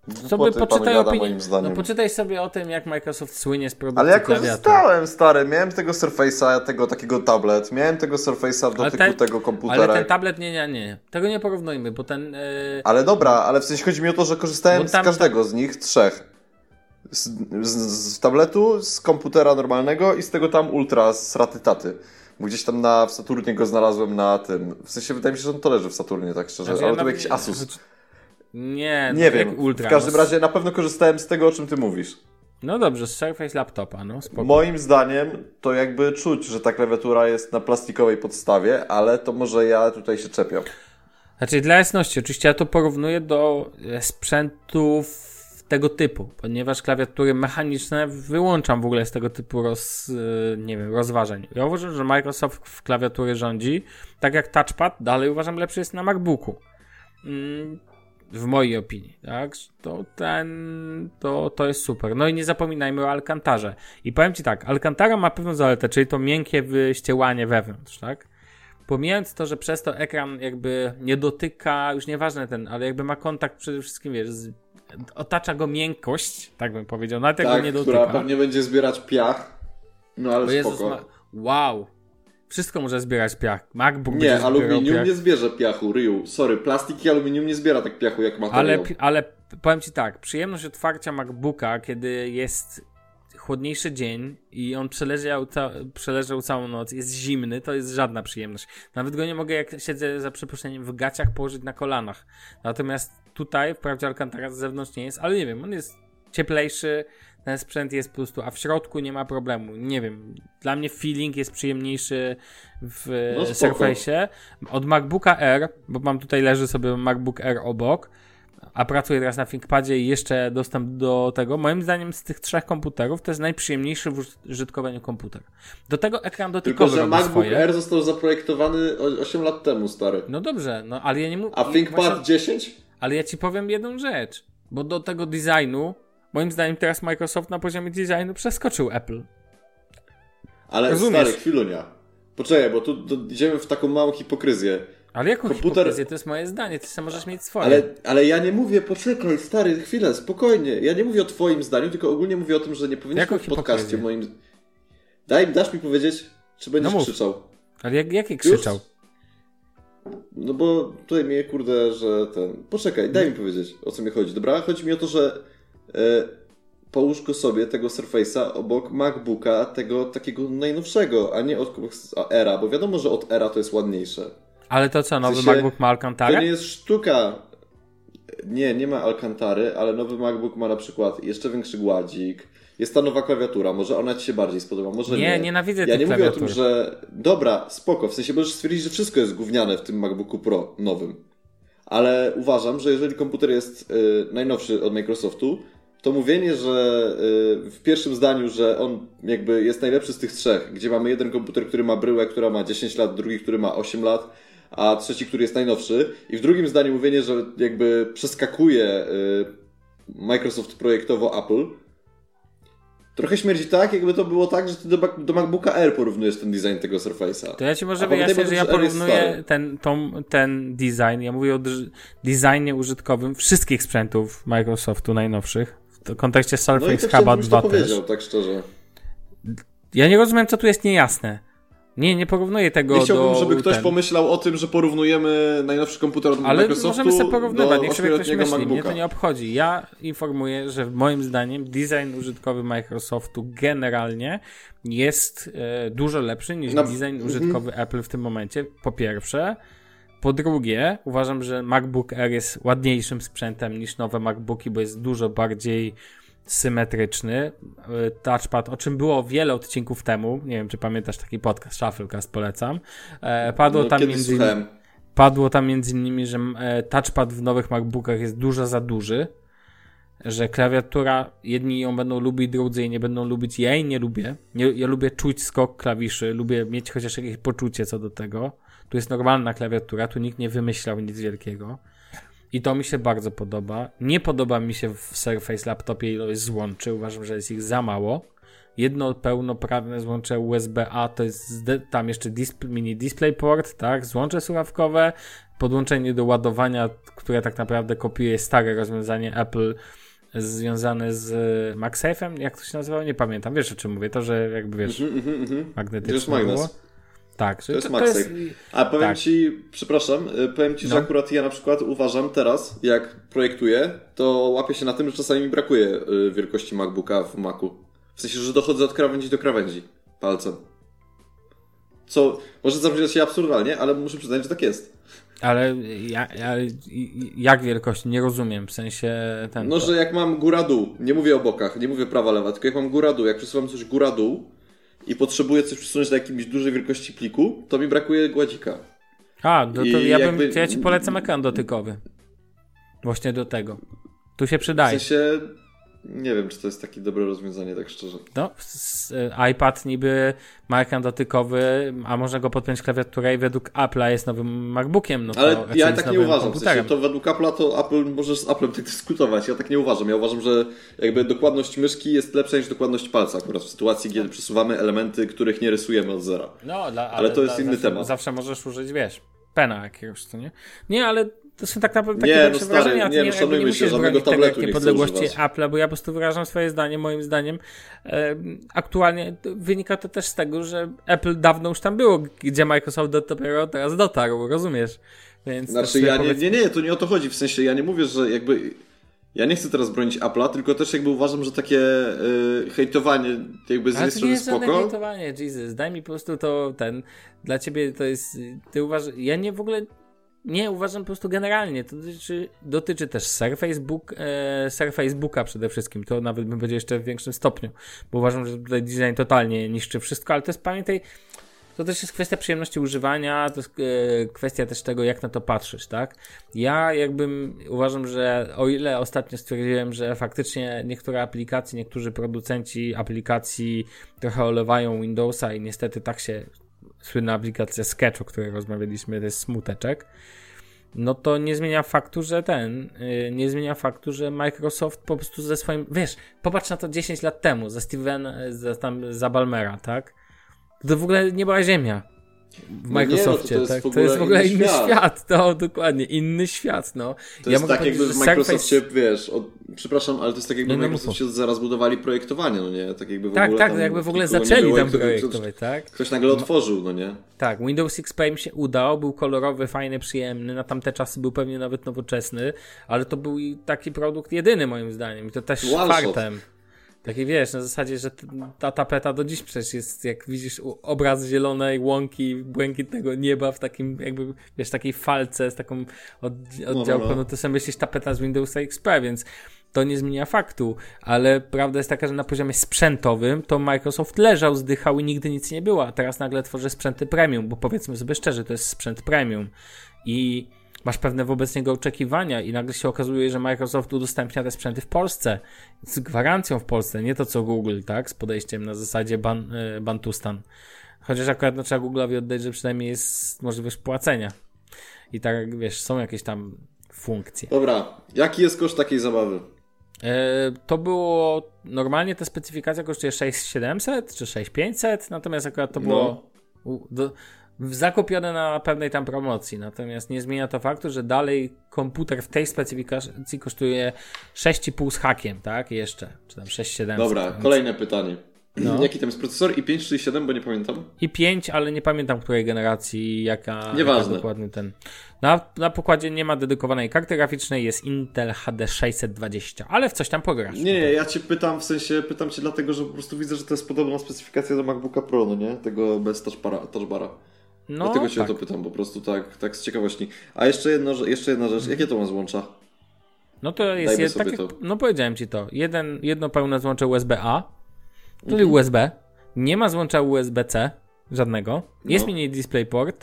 sobie poczytaj gada, opinię. moim zdaniem. No poczytaj sobie o tym, jak Microsoft słynie z produkcji Ale ja klawiatur. korzystałem, stary, miałem tego Surface'a, tego takiego tablet, miałem tego Surface'a w dotyku ten, tego komputera. Ale ten tablet, nie, nie, nie. Tego nie porównujmy, bo ten... Yy... Ale dobra, ale w sensie chodzi mi o to, że korzystałem tam, z każdego z nich, trzech. Z, z, z tabletu, z komputera normalnego i z tego tam ultra, z raty taty. Gdzieś tam na, w Saturnie go znalazłem na tym. W sensie wydaje mi się, że on to leży w Saturnie, tak szczerze. Znaczy, ale to był jakiś Asus. Nie, nie wiem. Ultra. W każdym razie na pewno korzystałem z tego, o czym ty mówisz. No dobrze, z Surface laptopa, no spoko. Moim zdaniem to jakby czuć, że ta klawiatura jest na plastikowej podstawie, ale to może ja tutaj się czepiam. Znaczy dla jasności, oczywiście ja to porównuję do sprzętów tego typu, ponieważ klawiatury mechaniczne wyłączam w ogóle z tego typu roz, nie wiem, rozważań. Ja uważam, że Microsoft w klawiatury rządzi, tak jak touchpad, dalej uważam lepszy jest na MacBooku. W mojej opinii, tak? To ten, to, to jest super. No i nie zapominajmy o Alcantarze. I powiem Ci tak, Alcantara ma pewną zaletę, czyli to miękkie wyściełanie wewnątrz, tak? Pomijając to, że przez to ekran jakby nie dotyka, już nieważne ten, ale jakby ma kontakt przede wszystkim, wiesz, z, otacza go miękkość, tak bym powiedział, nawet jak tak, go nie dotyka. która pewnie będzie zbierać piach, no ale Jezus, spoko. ma... Wow! Wszystko może zbierać piach. MacBook nie, będzie aluminium piach. nie zbierze piachu, Ryu. Sorry, plastik i aluminium nie zbiera tak piachu jak materiał. Ale, ale powiem Ci tak, przyjemność otwarcia MacBooka, kiedy jest chłodniejszy dzień i on przeleżał, ca- przeleżał całą noc, jest zimny, to jest żadna przyjemność. Nawet go nie mogę, jak siedzę za przeproszeniem w gaciach, położyć na kolanach. Natomiast tutaj, wprawdzie Alcantara z zewnątrz nie jest, ale nie wiem, on jest cieplejszy, ten sprzęt jest po prostu, a w środku nie ma problemu. Nie wiem, dla mnie feeling jest przyjemniejszy w no Surface'ie od MacBooka Air, bo mam tutaj, leży sobie MacBook Air obok, a pracuję teraz na ThinkPadzie i jeszcze dostęp do tego. Moim zdaniem z tych trzech komputerów to jest najprzyjemniejszy w użytkowaniu komputer. Do tego ekran dotykowy. Tylko, że MacBook swoje. Air został zaprojektowany osiem lat temu, stary. No dobrze, no ale ja nie mówię... A ThinkPad właśnie, dziesięć? Ale ja Ci powiem jedną rzecz, bo do tego designu moim zdaniem teraz Microsoft na poziomie designu przeskoczył Apple. Ale Rozumiesz? stary, chwilunia. Poczekaj, bo tu do, idziemy w taką małą hipokryzję. Ale jaką Komputer... hipokryzję? To jest moje zdanie, ty sam możesz mieć swoje. Ale, ale ja nie mówię, poczekaj, stary, chwilę, spokojnie. Ja nie mówię o twoim zdaniu, tylko ogólnie mówię o tym, że nie powinniśmy w podcaście moim... Daj, dasz mi powiedzieć, czy będziesz no krzyczał? Ale jak, jakie krzyczał? Już? No bo tutaj mnie, kurde, że ten... Poczekaj, daj mi powiedzieć, o co mi chodzi, dobra? Chodzi mi o to, że e, połóż go sobie, tego Surface'a, obok MacBooka, tego takiego najnowszego, a nie od Era, bo wiadomo, że od Era to jest ładniejsze. Ale to co, nowy w sensie, MacBook ma Alcantarę? To nie jest sztuka. Nie, nie ma Alcantary, ale nowy MacBook ma na przykład jeszcze większy gładzik. Jest ta nowa klawiatura, może ona Ci się bardziej spodoba, może nie. Nie, nienawidzę Ja tych nie mówię klawiatur. o tym, że dobra, spoko, w sensie możesz stwierdzić, że wszystko jest gówniane w tym MacBooku Pro nowym. Ale uważam, że jeżeli komputer jest y, najnowszy od Microsoftu, to mówienie, że y, w pierwszym zdaniu, że on jakby jest najlepszy z tych trzech, gdzie mamy jeden komputer, który ma bryłę, która ma dziesięć lat, drugi, który ma osiem lat, a trzeci, który jest najnowszy, i w drugim zdaniu mówienie, że jakby przeskakuje y, Microsoft projektowo Apple, trochę śmierdzi tak, jakby to było tak, że ty do, do MacBooka Air porównujesz ten design tego Surface'a. To ja Ci może wyjaśnię, że ja porównuję ten, tą, ten design, ja mówię o designie użytkowym wszystkich sprzętów Microsoftu najnowszych, w kontekście Surface no Huba dwa to też. powiedział, tak szczerze. Ja nie rozumiem, co tu jest niejasne. Nie, nie porównuję tego nie chciałbym, do... żeby ktoś ten. pomyślał o tym, że porównujemy najnowszy komputer od Ale Microsoftu możemy sobie porównywać, niech sobie ktoś myśli, MacBooka. mnie to nie obchodzi. Ja informuję, że moim zdaniem design użytkowy Microsoftu generalnie jest e, dużo lepszy niż no. design użytkowy mm-hmm. Apple w tym momencie, po pierwsze. Po drugie, uważam, że MacBook Air jest ładniejszym sprzętem niż nowe MacBooki, bo jest dużo bardziej symetryczny. Touchpad, o czym było wiele odcinków temu, nie wiem, czy pamiętasz taki podcast, Shufflecast, polecam. E, padło, no, tam między innymi, padło tam między innymi, że e, touchpad w nowych MacBookach jest dużo za duży, że klawiatura, jedni ją będą lubić, drudzy jej nie będą lubić. Ja jej nie lubię. Nie, ja lubię czuć skok klawiszy, lubię mieć chociaż jakieś poczucie co do tego. Tu jest normalna klawiatura, tu nikt nie wymyślał nic wielkiego. I to mi się bardzo podoba. Nie podoba mi się w Surface laptopie ilość złączy. Uważam, że jest ich za mało. jedno pełnoprawne złącze U S B A, to jest tam jeszcze disp- mini DisplayPort, tak, złącze słuchawkowe, podłączenie do ładowania, które tak naprawdę kopiuje stare rozwiązanie Apple związane z MagSafe'em, jak to się nazywało? Nie pamiętam, wiesz o czym mówię, to, że jakby wiesz, mm-hmm, mm-hmm. magnetyczne było. Tak, to jest to, MagSafe. To jest... A powiem tak. ci, przepraszam, powiem ci, że no. akurat ja na przykład uważam teraz, jak projektuję, to łapię się na tym, że czasami mi brakuje wielkości MacBooka w Macu. W sensie, że dochodzę od krawędzi do krawędzi palcem. Co może zabrzmieć się absurdalnie, ale muszę przyznać, że tak jest. Ale ja, ja, jak wielkość? Nie rozumiem, w sensie ten... No, to... że jak mam góra-dół, nie mówię o bokach, nie mówię prawa-lewa, tylko jak mam góra-dół, jak przesuwam coś góra-dół i potrzebuję coś przesunąć do jakiejś dużej wielkości pliku, to mi brakuje gładzika. A, to, to ja, jakby... bym, to ja ci polecam ekran dotykowy. Właśnie do tego. Tu się przydaje. W sensie... Nie wiem, czy to jest takie dobre rozwiązanie, tak szczerze. No, iPad niby ma ekran dotykowy, a można go podpiąć klawiaturę i według Apple'a jest nowym MacBookiem. No to ale ja tak nie uważam. W komputerem. sensie, to według Apple'a to Apple możesz z Apple'em tak dyskutować. Ja tak nie uważam. Ja uważam, że jakby dokładność myszki jest lepsza niż dokładność palca akurat w sytuacji, kiedy przesuwamy elementy, których nie rysujemy od zera. No, dla, ale, ale to jest dla, inny zawsze, temat. Zawsze możesz użyć, wiesz, pena jakiegoś, to nie? Nie, ale to są tak naprawdę takie nie, większe no stary, wrażenia. nie, no szanujmy się, żadnego tabletu nie chcę podległości używać. Apple'a, bo ja po prostu wyrażam swoje zdanie, moim zdaniem e, aktualnie wynika to też z tego, że Apple dawno już tam było, gdzie Microsoft dopiero teraz dotarł, rozumiesz? Więc znaczy ja powiedz... nie, nie, nie, to nie o to chodzi, w sensie ja nie mówię, że jakby ja nie chcę teraz bronić Apple'a, tylko też jakby uważam, że takie y, hejtowanie jakby z jednej strony spoko. Ale to nie jest żadne hejtowanie, Jesus, daj mi po prostu to ten, dla ciebie to jest, ty uważasz, ja nie w ogóle nie uważam po prostu generalnie, to dotyczy, dotyczy też Surface Book, e, Surface Booka przede wszystkim, to nawet bym powiedział jeszcze w większym stopniu, bo uważam, że tutaj design totalnie niszczy wszystko, ale to jest, pamiętaj, to też jest kwestia przyjemności używania, to jest e, kwestia też tego, jak na to patrzysz, tak? Ja jakbym uważam, że o ile ostatnio stwierdziłem, że faktycznie niektóre aplikacje, niektórzy producenci aplikacji trochę olewają Windowsa i niestety tak się słynna aplikacja Sketch, o której rozmawialiśmy, to jest smuteczek, no to nie zmienia faktu, że ten, yy, nie zmienia faktu, że Microsoft po prostu ze swoim, wiesz, popatrz na to dziesięć lat temu, za Steven, za, tam, za Balmera, tak? To w ogóle nie była ziemia w Microsoftie, no nie, no to, to, jest tak? to jest w ogóle inny świat. świat, to dokładnie, inny świat, no. To ja jest tak jakby w Microsoftie, Surface... wiesz, od, przepraszam, ale to jest tak jakby w Microsoftie zaraz budowali projektowanie, no nie, tak jakby w tak, ogóle tak, tam jakby w ogóle zaczęli było, tam projektować, tak? Ktoś nagle otworzył, no nie? Tak, Windows X P im się udał, był kolorowy, fajny, przyjemny, na tamte czasy był pewnie nawet nowoczesny, ale to był taki produkt jedyny moim zdaniem i to też faktem. Taki wiesz, na zasadzie, że ta tapeta do dziś przecież jest, jak widzisz obraz zielonej łąki, błękitnego nieba w takim jakby, wiesz, takiej falce z taką od, oddziałką, no, no, no to sobie myślisz tapeta z Windowsa X P, więc to nie zmienia faktu, ale prawda jest taka, że na poziomie sprzętowym to Microsoft leżał, zdychał i nigdy nic nie było, a teraz nagle tworzy sprzęty premium, bo powiedzmy sobie szczerze, to jest sprzęt premium i masz pewne wobec niego oczekiwania i nagle się okazuje, że Microsoft udostępnia te sprzęty w Polsce z gwarancją w Polsce, nie to co Google, tak, z podejściem na zasadzie ban, y, Bantustan. Chociaż akurat no, trzeba Google'owi oddać, że przynajmniej jest możliwość płacenia i tak, wiesz, są jakieś tam funkcje. Dobra, jaki jest koszt takiej zabawy? E, to było, normalnie ta specyfikacja kosztuje sześć tysięcy siedemset czy sześć tysięcy pięćset, natomiast akurat to było no. u, do, zakupione na pewnej tam promocji, natomiast nie zmienia to faktu, że dalej komputer w tej specyfikacji kosztuje sześć i pół z hakiem, tak? Jeszcze, czy tam sześć tysięcy siedemset. Dobra, więc... kolejne pytanie. No. Jaki tam jest procesor? i pięć czy i siedem, bo nie pamiętam. i pięć, ale nie pamiętam której generacji, jaka, Nieważne. jaka dokładny ten. Na, na pokładzie nie ma dedykowanej karty graficznej, jest Intel H D sześćset dwadzieścia, ale w coś tam pograsz. Nie, nie, ja cię pytam, w sensie pytam cię dlatego, że po prostu widzę, że to jest podobna specyfikacja do MacBooka Pro, no nie? Tego bez touchbara. touchbara. No, dlatego cię tak. o to pytam, po prostu tak, tak z ciekawości. A jeszcze jedna, jeszcze jedna rzecz, jakie to ma złącza? No to jest, jed, tak jak, no powiedziałem ci to, Jeden, jedno pełne złącze U S B A, czyli mhm. U S B, nie ma złącza U S B C, żadnego, jest no. mini DisplayPort,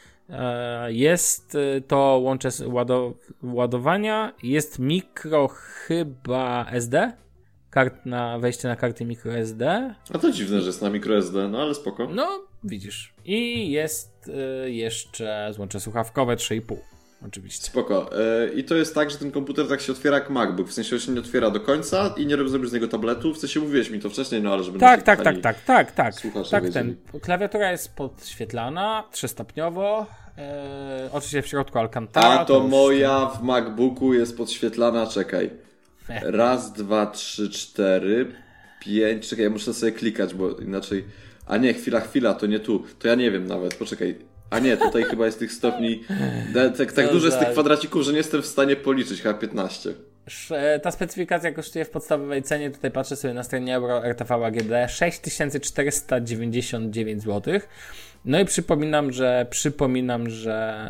jest to łącze łado, ładowania, jest mikro chyba S D, kart na wejście na karty microSD. A to dziwne, że jest na microSD, no ale spoko. No, widzisz. I jest y, jeszcze złącze słuchawkowe trzy i pół. oczywiście. Spoko. Yy, I to jest tak, że ten komputer tak się otwiera jak MacBook. W sensie on się nie otwiera do końca i nie zrobisz z niego tabletu. W sensie mówiłeś mi to wcześniej, no ale żeby... Tak, tak, tak, tak, tak, tak. Tak, ten. Klawiatura jest podświetlana trzystopniowo. Yy, oczywiście w środku Alcantara. A to, to już... moja w MacBooku jest podświetlana, czekaj. Raz, dwa, trzy, cztery, pięć. Czekaj, ja muszę sobie klikać, bo inaczej... A nie, chwila, chwila, to nie tu. To ja nie wiem nawet, poczekaj. A nie, tutaj chyba jest tych stopni... Tak, tak dużo jest tych kwadracików, że nie jestem w stanie policzyć, chyba piętnaście. Ta specyfikacja kosztuje w podstawowej cenie, tutaj patrzę sobie na stronie Euro R T V A G D, sześć tysięcy czterysta dziewięćdziesiąt dziewięć złotych. No i przypominam, że przypominam, że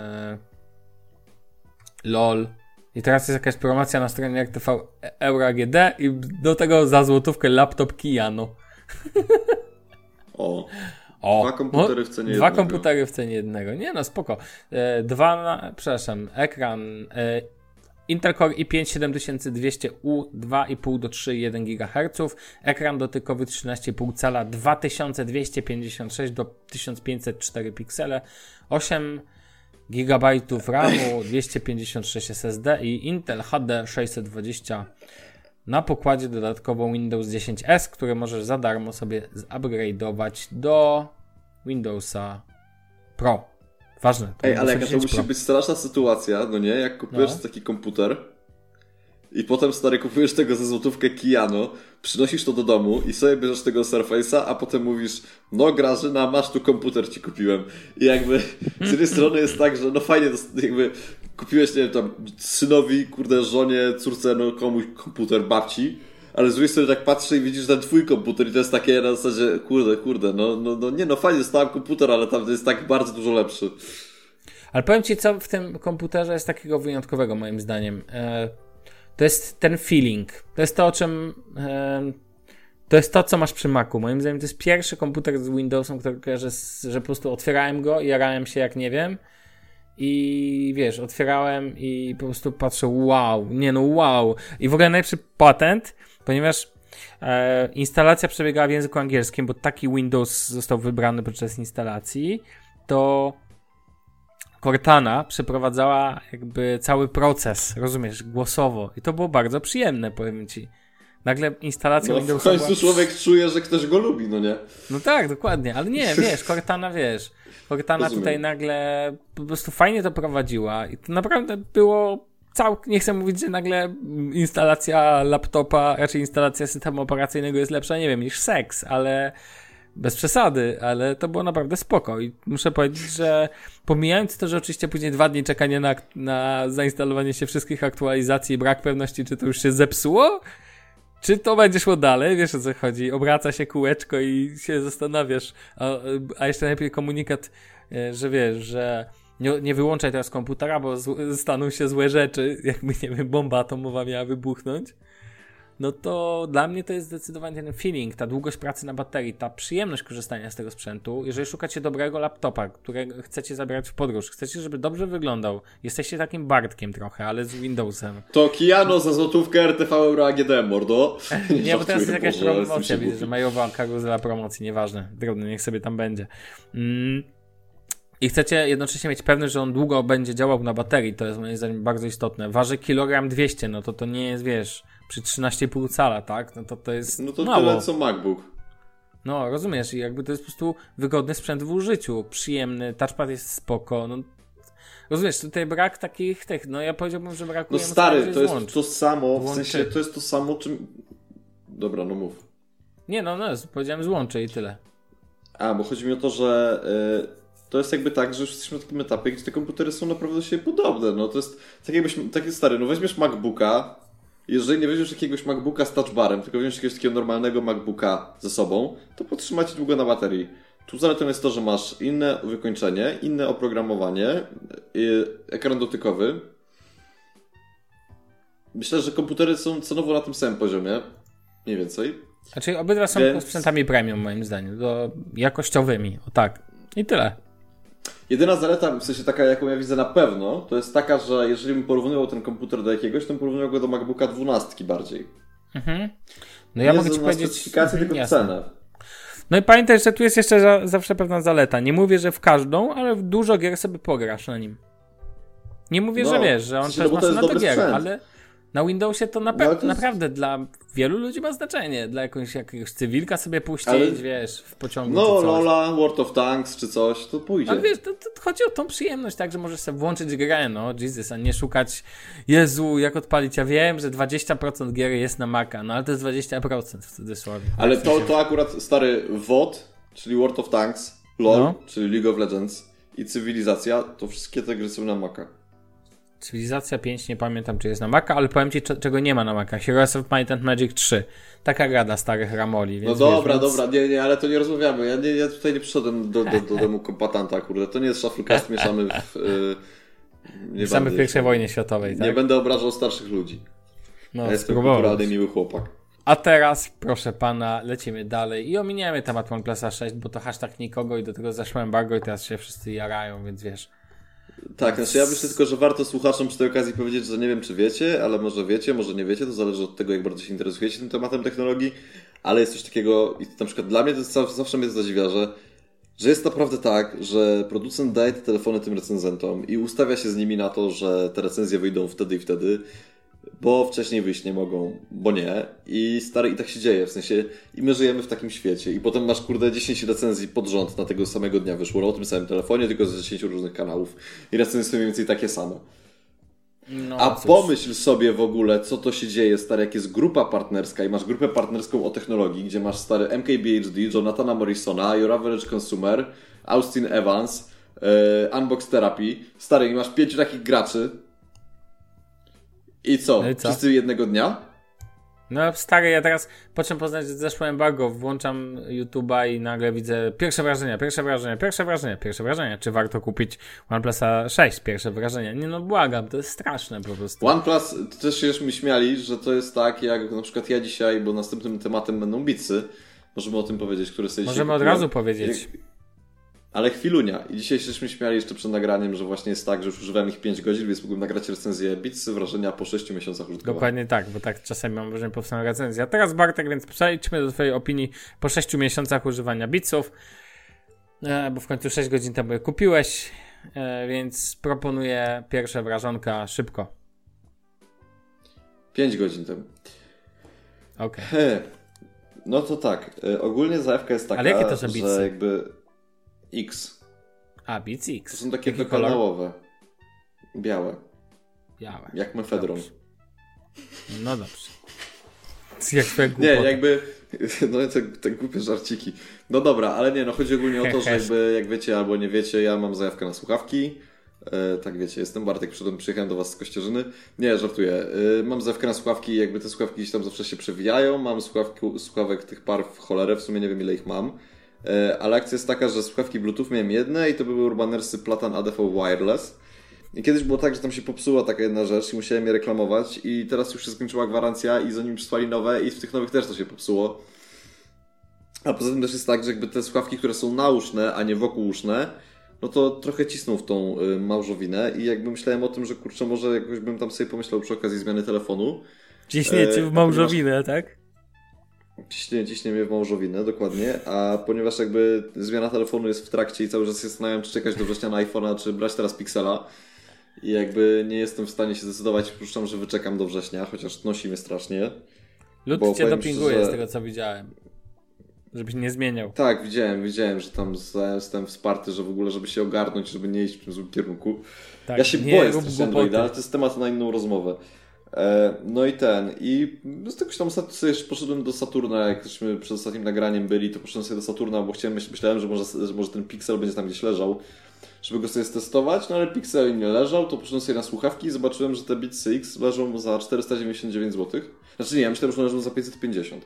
yy, LOL. I teraz jest jakaś promocja na stronie R T V Euro A G D i do tego za złotówkę laptop Kijano. O. O, dwa komputery w cenie dwa jednego. komputery w cenie jednego. Nie no, spoko. E, dwa, na, przepraszam, ekran e, Intel Core i pięć siedem tysięcy dwieście U, dwa i pół do trzy, jeden gigaherców. Ekran dotykowy trzynaście i pół cala, dwa tysiące dwieście pięćdziesiąt sześć do tysiąc pięćset cztery piksele, osiem gigabajtów ramu, dwieście pięćdziesiąt sześć S S D i Intel H D sześćset dwadzieścia. Na pokładzie dodatkowo Windows dziesięć S, który możesz za darmo sobie zupgrade'ować do Windowsa Pro. Ważne. To Ej, ale jaka to musi Pro. być straszna sytuacja, no nie? Jak kupujesz No. taki komputer i potem, stary, kupujesz tego za złotówkę Kijano, przynosisz to do domu i sobie bierzesz tego Surface'a, a potem mówisz, no Grażyna, masz tu komputer, ci kupiłem. I jakby z jednej strony jest tak, że no fajnie, to jakby kupiłeś, nie wiem, tam synowi, kurde, żonie, córce, no komuś komputer, babci, ale z drugiej strony tak patrzę i widzisz ten twój komputer i to jest takie na zasadzie, kurde, kurde, no, no, no nie no, fajnie, dostałem komputer, ale tam jest tak bardzo dużo lepszy. Ale powiem ci, co w tym komputerze jest takiego wyjątkowego, moim zdaniem. E, to jest ten feeling. To jest to, o czym... E, to jest to, co masz przy Macu. Moim zdaniem to jest pierwszy komputer z Windowsem, który kojarzę, z, że po prostu otwierałem go i jarałem się jak nie wiem. I wiesz, otwierałem i po prostu patrzę, wow, nie no wow. I w ogóle najlepszy patent, ponieważ e, instalacja przebiegała w języku angielskim, bo taki Windows został wybrany podczas instalacji, to Cortana przeprowadzała jakby cały proces, rozumiesz, głosowo. I to było bardzo przyjemne, powiem ci. Nagle instalacja No, Windowsa w końcu była... człowiek czuje, że ktoś go lubi, no nie? No tak, dokładnie, ale nie, wiesz, Cortana, wiesz, Cortana Rozumiem. tutaj nagle po prostu fajnie to prowadziła i to naprawdę było całkiem, nie chcę mówić, że nagle instalacja laptopa, raczej instalacja systemu operacyjnego jest lepsza, nie wiem, niż seks, ale bez przesady, ale to było naprawdę spoko i muszę powiedzieć, że pomijając to, że oczywiście później dwa dni czekania na, na zainstalowanie się wszystkich aktualizacji i brak pewności, czy to już się zepsuło, czy to będzie szło dalej, wiesz o co chodzi, obraca się kółeczko i się zastanawiasz, a, a jeszcze najlepiej komunikat, że wiesz, że nie, nie wyłączaj teraz komputera, bo z, staną się złe rzeczy, jakby nie wiem, bomba atomowa miała wybuchnąć. No to dla mnie to jest zdecydowanie ten feeling, ta długość pracy na baterii, ta przyjemność korzystania z tego sprzętu. Jeżeli szukacie dobrego laptopa, którego chcecie zabrać w podróż, chcecie, żeby dobrze wyglądał, jesteście takim Bartkiem trochę, ale z Windowsem. To Kijano za złotówkę R T V Euro A G D, mordo. Nie, nie bo teraz jest jakaś Boże, promocja, widzę, że majowa karuzela promocji, nieważne, drobny, niech sobie tam będzie. Mm. I chcecie jednocześnie mieć pewność, że on długo będzie działał na baterii, to jest moim zdaniem bardzo istotne. Waży kilogram dwieście, no to to nie jest, wiesz, przy trzynaście i pół cala, tak? No to to jest No to mało. tyle co MacBook. No, rozumiesz, i jakby to jest po prostu wygodny sprzęt w użyciu, przyjemny, touchpad jest spoko, no rozumiesz, tutaj brak takich tych, no ja powiedziałbym, że brakuje... No stary, to jest złącz. to samo, w Włączy. sensie to jest to samo, czym... Dobra, no mów. Nie, no, no, powiedziałem złącze i tyle. A, bo chodzi mi o to, że y, to jest jakby tak, że już jesteśmy na takim etapie, gdzie te komputery są naprawdę do siebie podobne, no to jest tak jakbyś, taki stary, no weźmiesz MacBooka, jeżeli nie weźmiesz jakiegoś MacBooka z touchbarem, tylko weźmiesz jakiegoś takiego normalnego MacBooka ze sobą, to potrzyma ci długo na baterii. Tu zaletą jest to, że masz inne wykończenie, inne oprogramowanie, yy, ekran dotykowy. Myślę, że komputery są cenowo na tym samym poziomie, mniej więcej. Znaczy obydwa są Więc... sprzętami premium moim zdaniem, do jakościowymi, o tak. I tyle. Jedyna zaleta, w sensie taka, jaką ja widzę na pewno, to jest taka, że jeżeli bym porównywał ten komputer do jakiegoś, to bym porównywał go do MacBooka dwunastki bardziej. Mhm. No ja nie mogę ci na powiedzieć... specyfikację, tylko jasne. cenę. No i pamiętaj, że tu jest jeszcze za, zawsze pewna zaleta. Nie mówię, że w każdą, ale w dużo gier sobie pograsz na nim. Nie mówię, no, że wiesz, że on to też jest ma do gier, sprzęt. ale na Windowsie to, napra- no, to jest... naprawdę dla wielu ludzi ma znaczenie. Dla jakiegoś, jakiegoś cywilka sobie puścić, ale... wiesz, w pociągu no, czy coś. Lola, World of Tanks czy coś, to pójdzie. Ale wiesz, to, to chodzi o tą przyjemność, tak, że możesz sobie włączyć grę, no, Jesus, a nie szukać, Jezu, jak odpalić. Ja wiem, że dwadzieścia procent gier jest na Maca, no ale to jest dwadzieścia procent w cudzysłowie. Ale to, to akurat stary W O D, czyli World of Tanks, LoL, no. czyli League of Legends i Cywilizacja, to wszystkie te gry są na Maca. Cywilizacja pięć, nie pamiętam czy jest na Maca, ale powiem ci czego nie ma na Maca. Heroes of Might and Magic trzy. Taka gra dla starych ramoli. Więc no dobra, wiesz, więc... dobra, nie, nie, ale to nie rozmawiamy. Ja, nie, ja tutaj nie przyszedłem do, do, do domu kompatanta, kurde. To nie jest Shufflecast, mieszamy w... Yy, mieszamy w pierwszej wojnie światowej, tak? Nie będę obrażał starszych ludzi. No, ja jestem kulturalny, miły chłopak. A teraz, proszę pana, lecimy dalej i ominiemy temat OnePlusa sześć, bo to hashtag nikogo i do tego zeszło embargo i teraz się wszyscy jarają, więc wiesz... Tak, znaczy ja myślę tylko, że warto słuchaczom przy tej okazji powiedzieć, że nie wiem czy wiecie, ale może wiecie, może nie wiecie, to zależy od tego, jak bardzo się interesujecie tym tematem technologii, ale jest coś takiego, i na przykład dla mnie to jest, zawsze mnie to zadziwia, że, że jest naprawdę tak, że producent daje te telefony tym recenzentom i ustawia się z nimi na to, że te recenzje wyjdą wtedy i wtedy, bo wcześniej wyjść nie mogą, bo nie. I stary, i tak się dzieje, w sensie i my żyjemy w takim świecie i potem masz kurde dziesięć recenzji pod rząd na tego samego dnia wyszło o tym samym telefonie, tylko z dziesięciu różnych kanałów i recenzje są mniej więcej takie same. No, A cóż. Pomyśl sobie w ogóle, co to się dzieje, stary, jak jest grupa partnerska i masz grupę partnerską o technologii, gdzie masz stary M K B H D, Jonathana Morrisona, Your Average Consumer, Austin Evans, yy, Unbox Therapy, stary, i masz pięciu takich graczy. I co? No i co? Wszyscy jednego dnia? No stary, ja teraz po czym poznać, że zeszło embargo, włączam YouTube'a i nagle widzę pierwsze wrażenia, pierwsze wrażenia, pierwsze wrażenia, pierwsze wrażenia. Czy warto kupić OnePlusa sześć? Pierwsze wrażenia. Nie no, błagam, to jest straszne po prostu. OnePlus, to też się już mi śmiali, że to jest tak, jak na przykład ja dzisiaj, bo następnym tematem będą Beatsy. Możemy o tym powiedzieć, które sobie Możemy dzisiaj od razu powiedzieć. Jak... Ale chwilunia. I dzisiaj żeśmy śmiali jeszcze przed nagraniem, że właśnie jest tak, że już używałem ich pięć godzin, więc mógłbym nagrać recenzję Beatsy, wrażenia po sześciu miesiącach użytkowania. Dokładnie tak, bo tak czasami mam wrażenie, powstaną recenzje. A teraz Bartek, więc przejdźmy do twojej opinii po sześciu miesiącach używania Beatsów, e, bo w końcu sześć godzin temu je kupiłeś, e, więc proponuję pierwsze wrażonka szybko. pięć godzin temu. Okej. Okay. No to tak, e, ogólnie zajawka jest taka, Ale jakie to są Beatsy? że jakby... X. A, Beats X. To są takie dokanałowe. Białe. Białe. Jak mefedron. No dobrze. Jak twoje Nie, jakby... No te, te głupie żarciki. No dobra, ale nie, no chodzi ogólnie o to, że jakby, jak wiecie albo nie wiecie, ja mam zajawkę na słuchawki. E, tak wiecie, jestem Bartek, przyszedłem, przyjechałem do was z Kościerzyny. Nie, żartuję. E, mam zajawkę na słuchawki, jakby te słuchawki gdzieś tam zawsze się przewijają. Mam słuchawki, słuchawek tych par w cholerę, w sumie nie wiem ile ich mam. Ale akcja jest taka, że słuchawki Bluetooth miałem jedne i to były Urbanersy Platan A D V Wireless. I kiedyś było tak, że tam się popsuła taka jedna rzecz i musiałem je reklamować i teraz już się skończyła gwarancja i zanim przysłali nowe i w tych nowych też to się popsuło. A poza tym też jest tak, że jakby te słuchawki, które są nauszne, a nie wokółuszne, no to trochę cisną w tą y, małżowinę i jakby myślałem o tym, że kurczę, może jakoś bym tam sobie pomyślał przy okazji zmiany telefonu. Ciśniecie w małżowinę, masz... tak? Ciśnie, ciśnie mnie w małżowinę, dokładnie, a ponieważ jakby zmiana telefonu jest w trakcie i cały czas się zastanawiam, czy czekać do września na iPhone'a, czy brać teraz Pixela i jakby nie jestem w stanie się zdecydować, przypuszczam, że wyczekam do września, chociaż nosi mnie strasznie. Lud cię dopinguje że... z tego, co widziałem, żebyś nie zmieniał. Tak, widziałem, widziałem, że tam jestem wsparty, że w ogóle, żeby się ogarnąć, żeby nie iść w tym złym kierunku. Tak, ja się boję strasznie Androida, ale to jest temat na inną rozmowę. No i ten, i z tegoś tam sobie poszedłem do Saturna, jak żeśmy przed ostatnim nagraniem byli, to poszedłem sobie do Saturna, bo chciałem, myślałem, że może, że może ten Pixel będzie tam gdzieś leżał, żeby go sobie stestować, no ale Pixel nie leżał, to poszedłem sobie na słuchawki i zobaczyłem, że te Beatsy X leżą za czterysta dziewięćdziesiąt dziewięć złotych. Znaczy nie, ja myślałem, że leżą za pięćset pięćdziesiąt.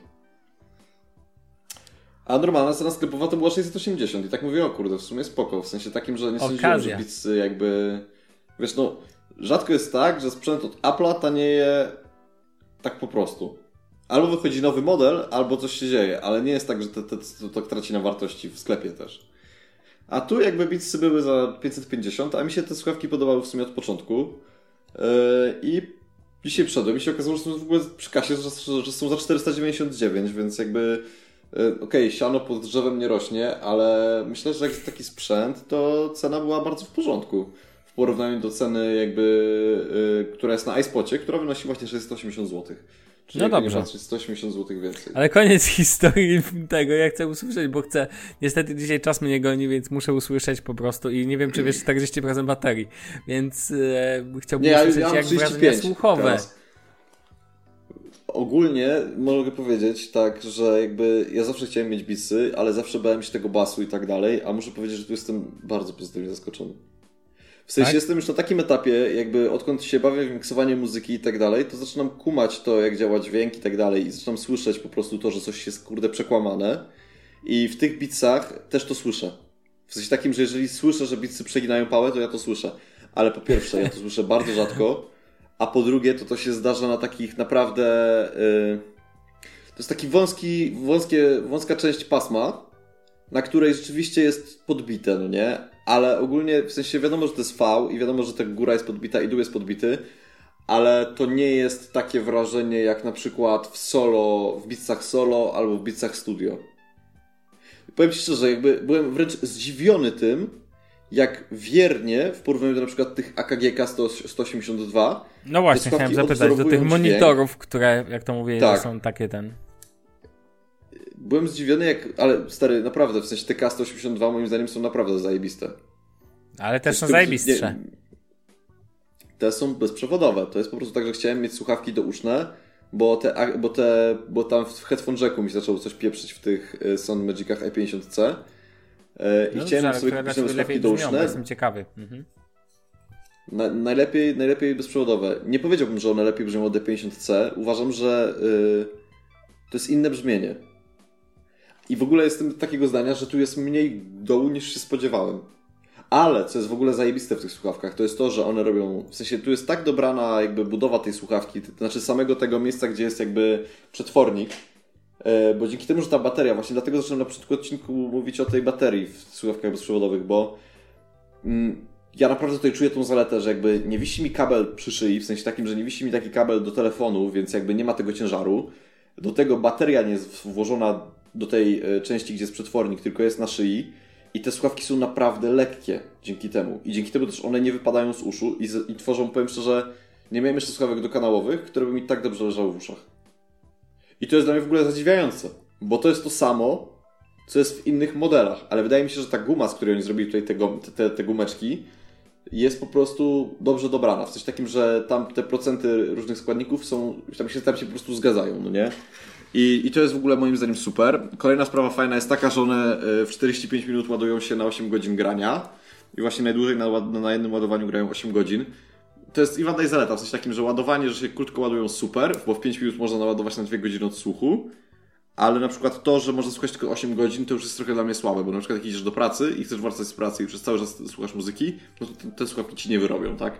A normalna cena sklepowa to była sześćset osiemdziesiąt i tak mówię, o kurde, w sumie spoko, w sensie takim, że nie sądziłem, że Beatsy jakby, wiesz no, rzadko jest tak, że sprzęt od Apple'a tanieje tak po prostu. Albo wychodzi nowy model, albo coś się dzieje, ale nie jest tak, że to, to, to, to traci na wartości w sklepie też. A tu jakby Beatsy były za pięćset pięćdziesiąt, a mi się te słuchawki podobały w sumie od początku. Yy, I dzisiaj wszedłem i się okazało, że są w ogóle przy kasie, że, że są za czterysta dziewięćdziesiąt dziewięć, więc jakby yy, okej, okay, siano pod drzewem nie rośnie, ale myślę, że jak taki sprzęt, to cena była bardzo w porządku. w porównaniu do ceny jakby, yy, która jest na iSpocie, która wynosi właśnie sześćset osiemdziesiąt złotych. Czyli no dobrze. sto osiemdziesiąt złotych więcej. Ale koniec historii tego, ja chcę usłyszeć, bo chcę, niestety dzisiaj czas mnie goni, więc muszę usłyszeć po prostu i nie wiem, czy wiesz czterdzieści procent baterii, więc e, chciałbym nie, usłyszeć ja jak wrażenia słuchowe. Teraz. Ogólnie mogę powiedzieć tak, że jakby ja zawsze chciałem mieć Beatsy, ale zawsze bałem się tego basu i tak dalej, a muszę powiedzieć, że tu jestem bardzo pozytywnie zaskoczony. W sensie tak? Jestem już na takim etapie, jakby odkąd się bawię w miksowanie muzyki i tak dalej, to zaczynam kumać to, jak działa dźwięk i tak dalej i zaczynam słyszeć po prostu to, że coś jest kurde przekłamane i w tych beatsach też to słyszę. W sensie takim, że jeżeli słyszę, że beatsy przeginają pałę, to ja to słyszę. Ale po pierwsze, ja to słyszę bardzo rzadko, a po drugie, to to się zdarza na takich naprawdę... Yy... To jest taki wąski, wąskie, wąska część pasma, na której rzeczywiście jest podbite, no nie? Ale ogólnie, w sensie wiadomo, że to jest V i wiadomo, że ta góra jest podbita i dół jest podbity, ale to nie jest takie wrażenie jak na przykład w solo, w beatsach solo albo w beatsach studio. Powiem Ci szczerze, jakby byłem wręcz zdziwiony tym, jak wiernie w porównaniu do na przykład tych A K G K sto osiemdziesiąt dwa. No właśnie, chciałem zapytać, do tych monitorów, dźwięk, które, jak to mówię, tak. są takie ten... Byłem zdziwiony, jak, ale stary, naprawdę, w sensie te K sto osiemdziesiąt dwa moim zdaniem są naprawdę zajebiste. Ale też są zajebistsze. Te są bezprzewodowe. To jest po prostu tak, że chciałem mieć słuchawki douszne, bo, te, bo, te, bo tam w headphone jacku mi się zaczęło coś pieprzyć w tych Sound Magicach E pięćdziesiąt C. I no chciałem dobrze, sobie kupić nowe słuchawki douszne. Jestem ciekawy. Mhm. Na, najlepiej, najlepiej bezprzewodowe. Nie powiedziałbym, że one lepiej brzmią od E pięćdziesiąt C. Uważam, że yy, to jest inne brzmienie. I w ogóle jestem takiego zdania, że tu jest mniej dołu niż się spodziewałem. Ale co jest w ogóle zajebiste w tych słuchawkach, to jest to, że one robią, w sensie tu jest tak dobrana jakby budowa tej słuchawki, to znaczy samego tego miejsca, gdzie jest jakby przetwornik, bo dzięki temu, że ta bateria, właśnie dlatego zacząłem na początku odcinku mówić o tej baterii w słuchawkach bezprzewodowych, bo mm, ja naprawdę tutaj czuję tą zaletę, że jakby nie wisi mi kabel przy szyi, w sensie takim, że nie wisi mi taki kabel do telefonu, więc jakby nie ma tego ciężaru. Do tego bateria nie jest włożona do tej części, gdzie jest przetwornik, tylko jest na szyi. I te słuchawki są naprawdę lekkie dzięki temu. I dzięki temu też one nie wypadają z uszu i, z, i tworzą, powiem szczerze, nie miałem jeszcze słuchawek dokanałowych, które by mi tak dobrze leżały w uszach. I to jest dla mnie w ogóle zadziwiające, bo to jest to samo, co jest w innych modelach. Ale wydaje mi się, że ta guma, z której oni zrobili tutaj te, te, te gumeczki, jest po prostu dobrze dobrana. W sensie takim, że tam te procenty różnych składników są, tam się, tam się po prostu zgadzają, no nie? I, I to jest w ogóle moim zdaniem super. Kolejna sprawa fajna jest taka, że one w czterdzieści pięć minut ładują się na osiem godzin grania i właśnie najdłużej na, na jednym ładowaniu grają osiem godzin. To jest i wada i zaleta, w sensie takim, że ładowanie, że się krótko ładują super, bo w pięć minut można naładować na dwie godziny odsłuchu, ale na przykład to, że można słuchać tylko osiem godzin, to już jest trochę dla mnie słabe, bo na przykład jak idziesz do pracy i chcesz wracać z pracy i przez cały czas słuchasz muzyki, no to te słuchawki ci nie wyrobią, tak?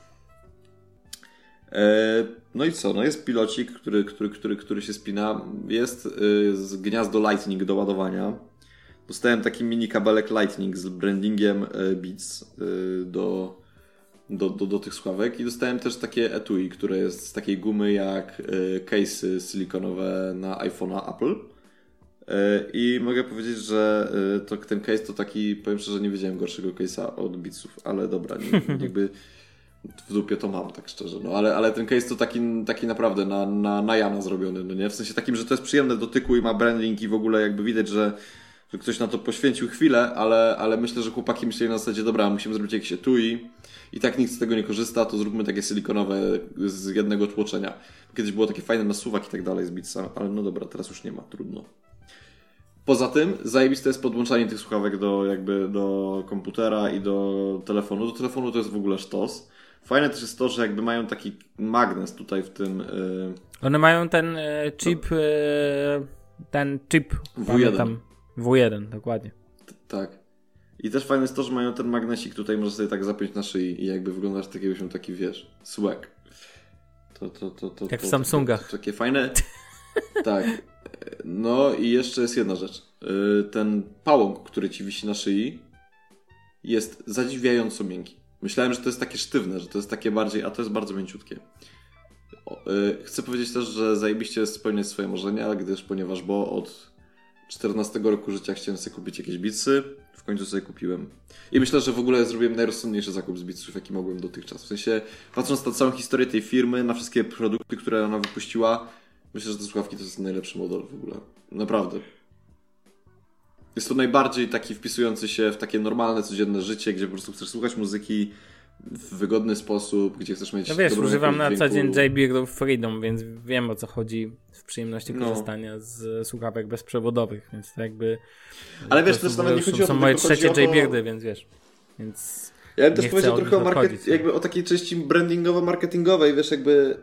No i co? No jest pilocik, który, który, który, który się spina. Jest z gniazdo Lightning do ładowania. Dostałem taki mini kabelek Lightning z brandingiem Beats do, do, do, do tych słuchawek. I dostałem też takie etui, które jest z takiej gumy jak case'y silikonowe na iPhone'a Apple. I mogę powiedzieć, że to, ten case to taki, powiem szczerze, nie wiedziałem gorszego case'a od Beatsów, ale dobra, nie, jakby w dupie to mam, tak szczerze. No ale, ale ten case to taki, taki naprawdę na, na, na Jana zrobiony, no nie? W sensie takim, że to jest przyjemne do dotyku i ma branding i w ogóle jakby widać, że, że ktoś na to poświęcił chwilę, ale, ale myślę, że chłopaki myśleli na zasadzie, dobra, musimy zrobić jakieś etui i tak nikt z tego nie korzysta, to zróbmy takie silikonowe z jednego tłoczenia. Kiedyś było takie fajne nasuwak i tak dalej z Beatsa, ale no dobra, teraz już nie ma, trudno. Poza tym zajebiste jest podłączanie tych słuchawek do jakby do komputera i do telefonu. Do telefonu to jest w ogóle sztos. Fajne też jest to, że jakby mają taki magnes tutaj w tym... Yy... One mają ten yy, chip, no. yy, ten chip W jeden. Tam, W jeden, dokładnie. T- tak. I też fajne jest to, że mają ten magnesik tutaj, można sobie tak zapiąć na szyi i jakby wyglądasz tak, jakbyś miał taki, wiesz, swag. To, to, to, to, Jak to, w Samsungach. To, to, takie fajne... Tak. No i jeszcze jest jedna rzecz. Yy, ten pałąk, który ci wisi na szyi, jest zadziwiająco miękki. Myślałem, że to jest takie sztywne, że to jest takie bardziej, a to jest bardzo mięciutkie. Chcę powiedzieć też, że zajebiście jest spełniać swoje marzenia, gdyż ponieważ, bo od czternastego roku życia chciałem sobie kupić jakieś Beatsy. W końcu sobie kupiłem. I myślę, że w ogóle zrobiłem najrozsądniejszy zakup z Beatsów, jaki mogłem dotychczas. W sensie, patrząc na całą historię tej firmy, na wszystkie produkty, które ona wypuściła, myślę, że te słuchawki to jest najlepszy model w ogóle. Naprawdę. Jest to najbardziej taki wpisujący się w takie normalne, codzienne życie, gdzie po prostu chcesz słuchać muzyki w wygodny sposób, gdzie chcesz mieć... No wiesz, dobrą używam na dźwięku. co dzień Jaybird Freedom, więc wiem, o co chodzi w przyjemności No. korzystania z słuchawek bezprzewodowych, więc to jakby... Ale wiesz, to też nawet nie chodzi o to, są moje tylko chodzi trzecie o to- Jaybirdy, więc wiesz, więc... Ja bym też nie powiedział chcę o trochę o, nich market, odchodzić. jakby o takiej części brandingowo-marketingowej, wiesz, jakby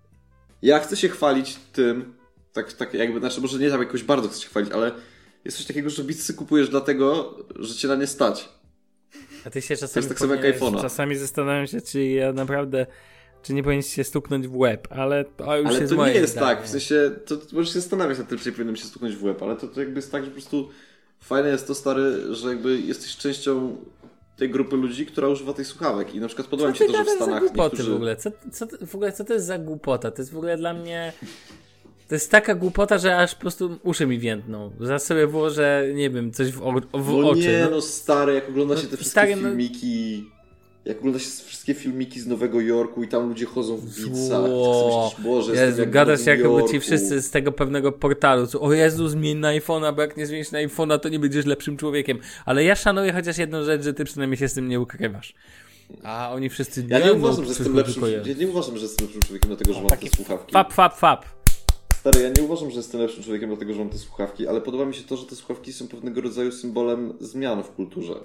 ja chcę się chwalić tym, tak, tak jakby, znaczy może nie tam jakoś bardzo chcę się chwalić, ale jest coś takiego, że Beatsy kupujesz dlatego, że cię na nie stać. A ty się czasami, tak samo jak powinieneś- iPhone'a. czasami zastanawiam się, czy ja naprawdę, czy nie powinien się stuknąć w łeb, ale to już Ale jest to moje nie jest zdanie. tak, w sensie, to, to możesz się zastanawiać nad tym, czy nie powinienem się stuknąć w łeb, ale to, to jakby jest tak, że po prostu fajne jest to, stary, że jakby jesteś częścią tej grupy ludzi, która używa tych słuchawek i na przykład podoba mi się Co to, ty że w gadasz za Stanach głupoty niektórzy... w ogóle? Co, co, w ogóle? Co to jest za głupota? To jest w ogóle dla mnie... To jest taka głupota, że aż po prostu uszy mi więdną. Zaraz sobie włożę, nie wiem, coś w, o, w No oczy. nie, no. no stary, jak ogląda No, się te wszystkie stary, no- filmiki, jak ogląda się wszystkie filmiki z Nowego Jorku i tam ludzie chodzą w Beatsach, Zło. tak myślisz, Boże, Jezu, jestem jak w gadasz Nowym jakby Jorku. ci wszyscy z tego pewnego portalu. Co, o Jezu, zmień na iPhone'a, bo jak nie zmienisz na iPhone'a, to nie będziesz lepszym człowiekiem. Ale ja szanuję chociaż jedną rzecz, że ty przynajmniej się z tym nie ukrywasz. A oni wszyscy... Ja nie no, uważam, że jestem tylko lepszym, ja. ja nie uważam, że jestem lepszym człowiekiem dlatego, że mam Taki te słuchawki. Fap, fap, fap. Stary, ja nie uważam, że jestem lepszym człowiekiem dlatego, że mam te słuchawki, ale podoba mi się to, że te słuchawki są pewnego rodzaju symbolem zmian w kulturze.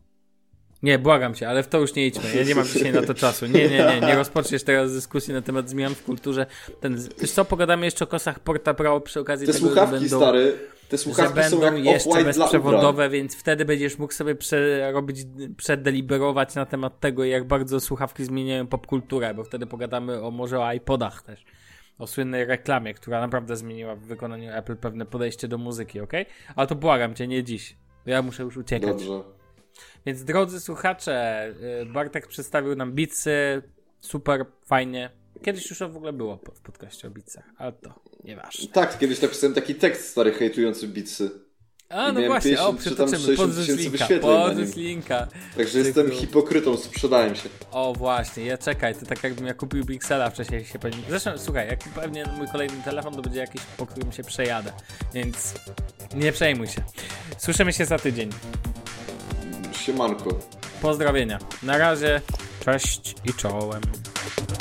Nie, błagam cię, ale w to już nie idźmy. Ja nie mam dzisiaj na to czasu. Nie, nie, nie. Nie rozpoczniesz teraz dyskusji na temat zmian w kulturze. Ten, wiesz co, pogadamy jeszcze o kosach Porta Pro przy okazji Te tego, słuchawki, że będą, stary, te że słuchawki są będą jak jeszcze off-white dla bezprzewodowe, ubrań. więc wtedy będziesz mógł sobie przerobić, przedeliberować na temat tego, jak bardzo słuchawki zmieniają popkulturę, bo wtedy pogadamy o może o iPodach też. O słynnej reklamie, która naprawdę zmieniła w wykonaniu Apple pewne podejście do muzyki, okej? Ale to błagam cię, nie dziś. Ja muszę już uciekać. Dobrze. Więc drodzy słuchacze, y, Bartek przedstawił nam Beatsy, super, fajnie. Kiedyś już to w ogóle było po- w podcaście o Beatsach, ale to nieważne. Tak, kiedyś napisałem taki tekst, stary, hejtujący Beatsy. A I no miałem właśnie, o pięćdziesiąt czy tam przytoczymy, sześćdziesiąt podrzuć tysięcy linka, wyświetleń na podrzuć nim. linka. Także jestem Tylko- hipokrytą, sprzedałem się. O właśnie, ja czekaj, to tak jakbym ja kupił Pixela wcześniej się pewnie... Zresztą słuchaj, jak pewnie mój kolejny telefon to będzie jakiś, po którym się przejadę, więc nie przejmuj się. Słyszymy się za tydzień. Siemanko. Pozdrowienia. Na razie, cześć i czołem.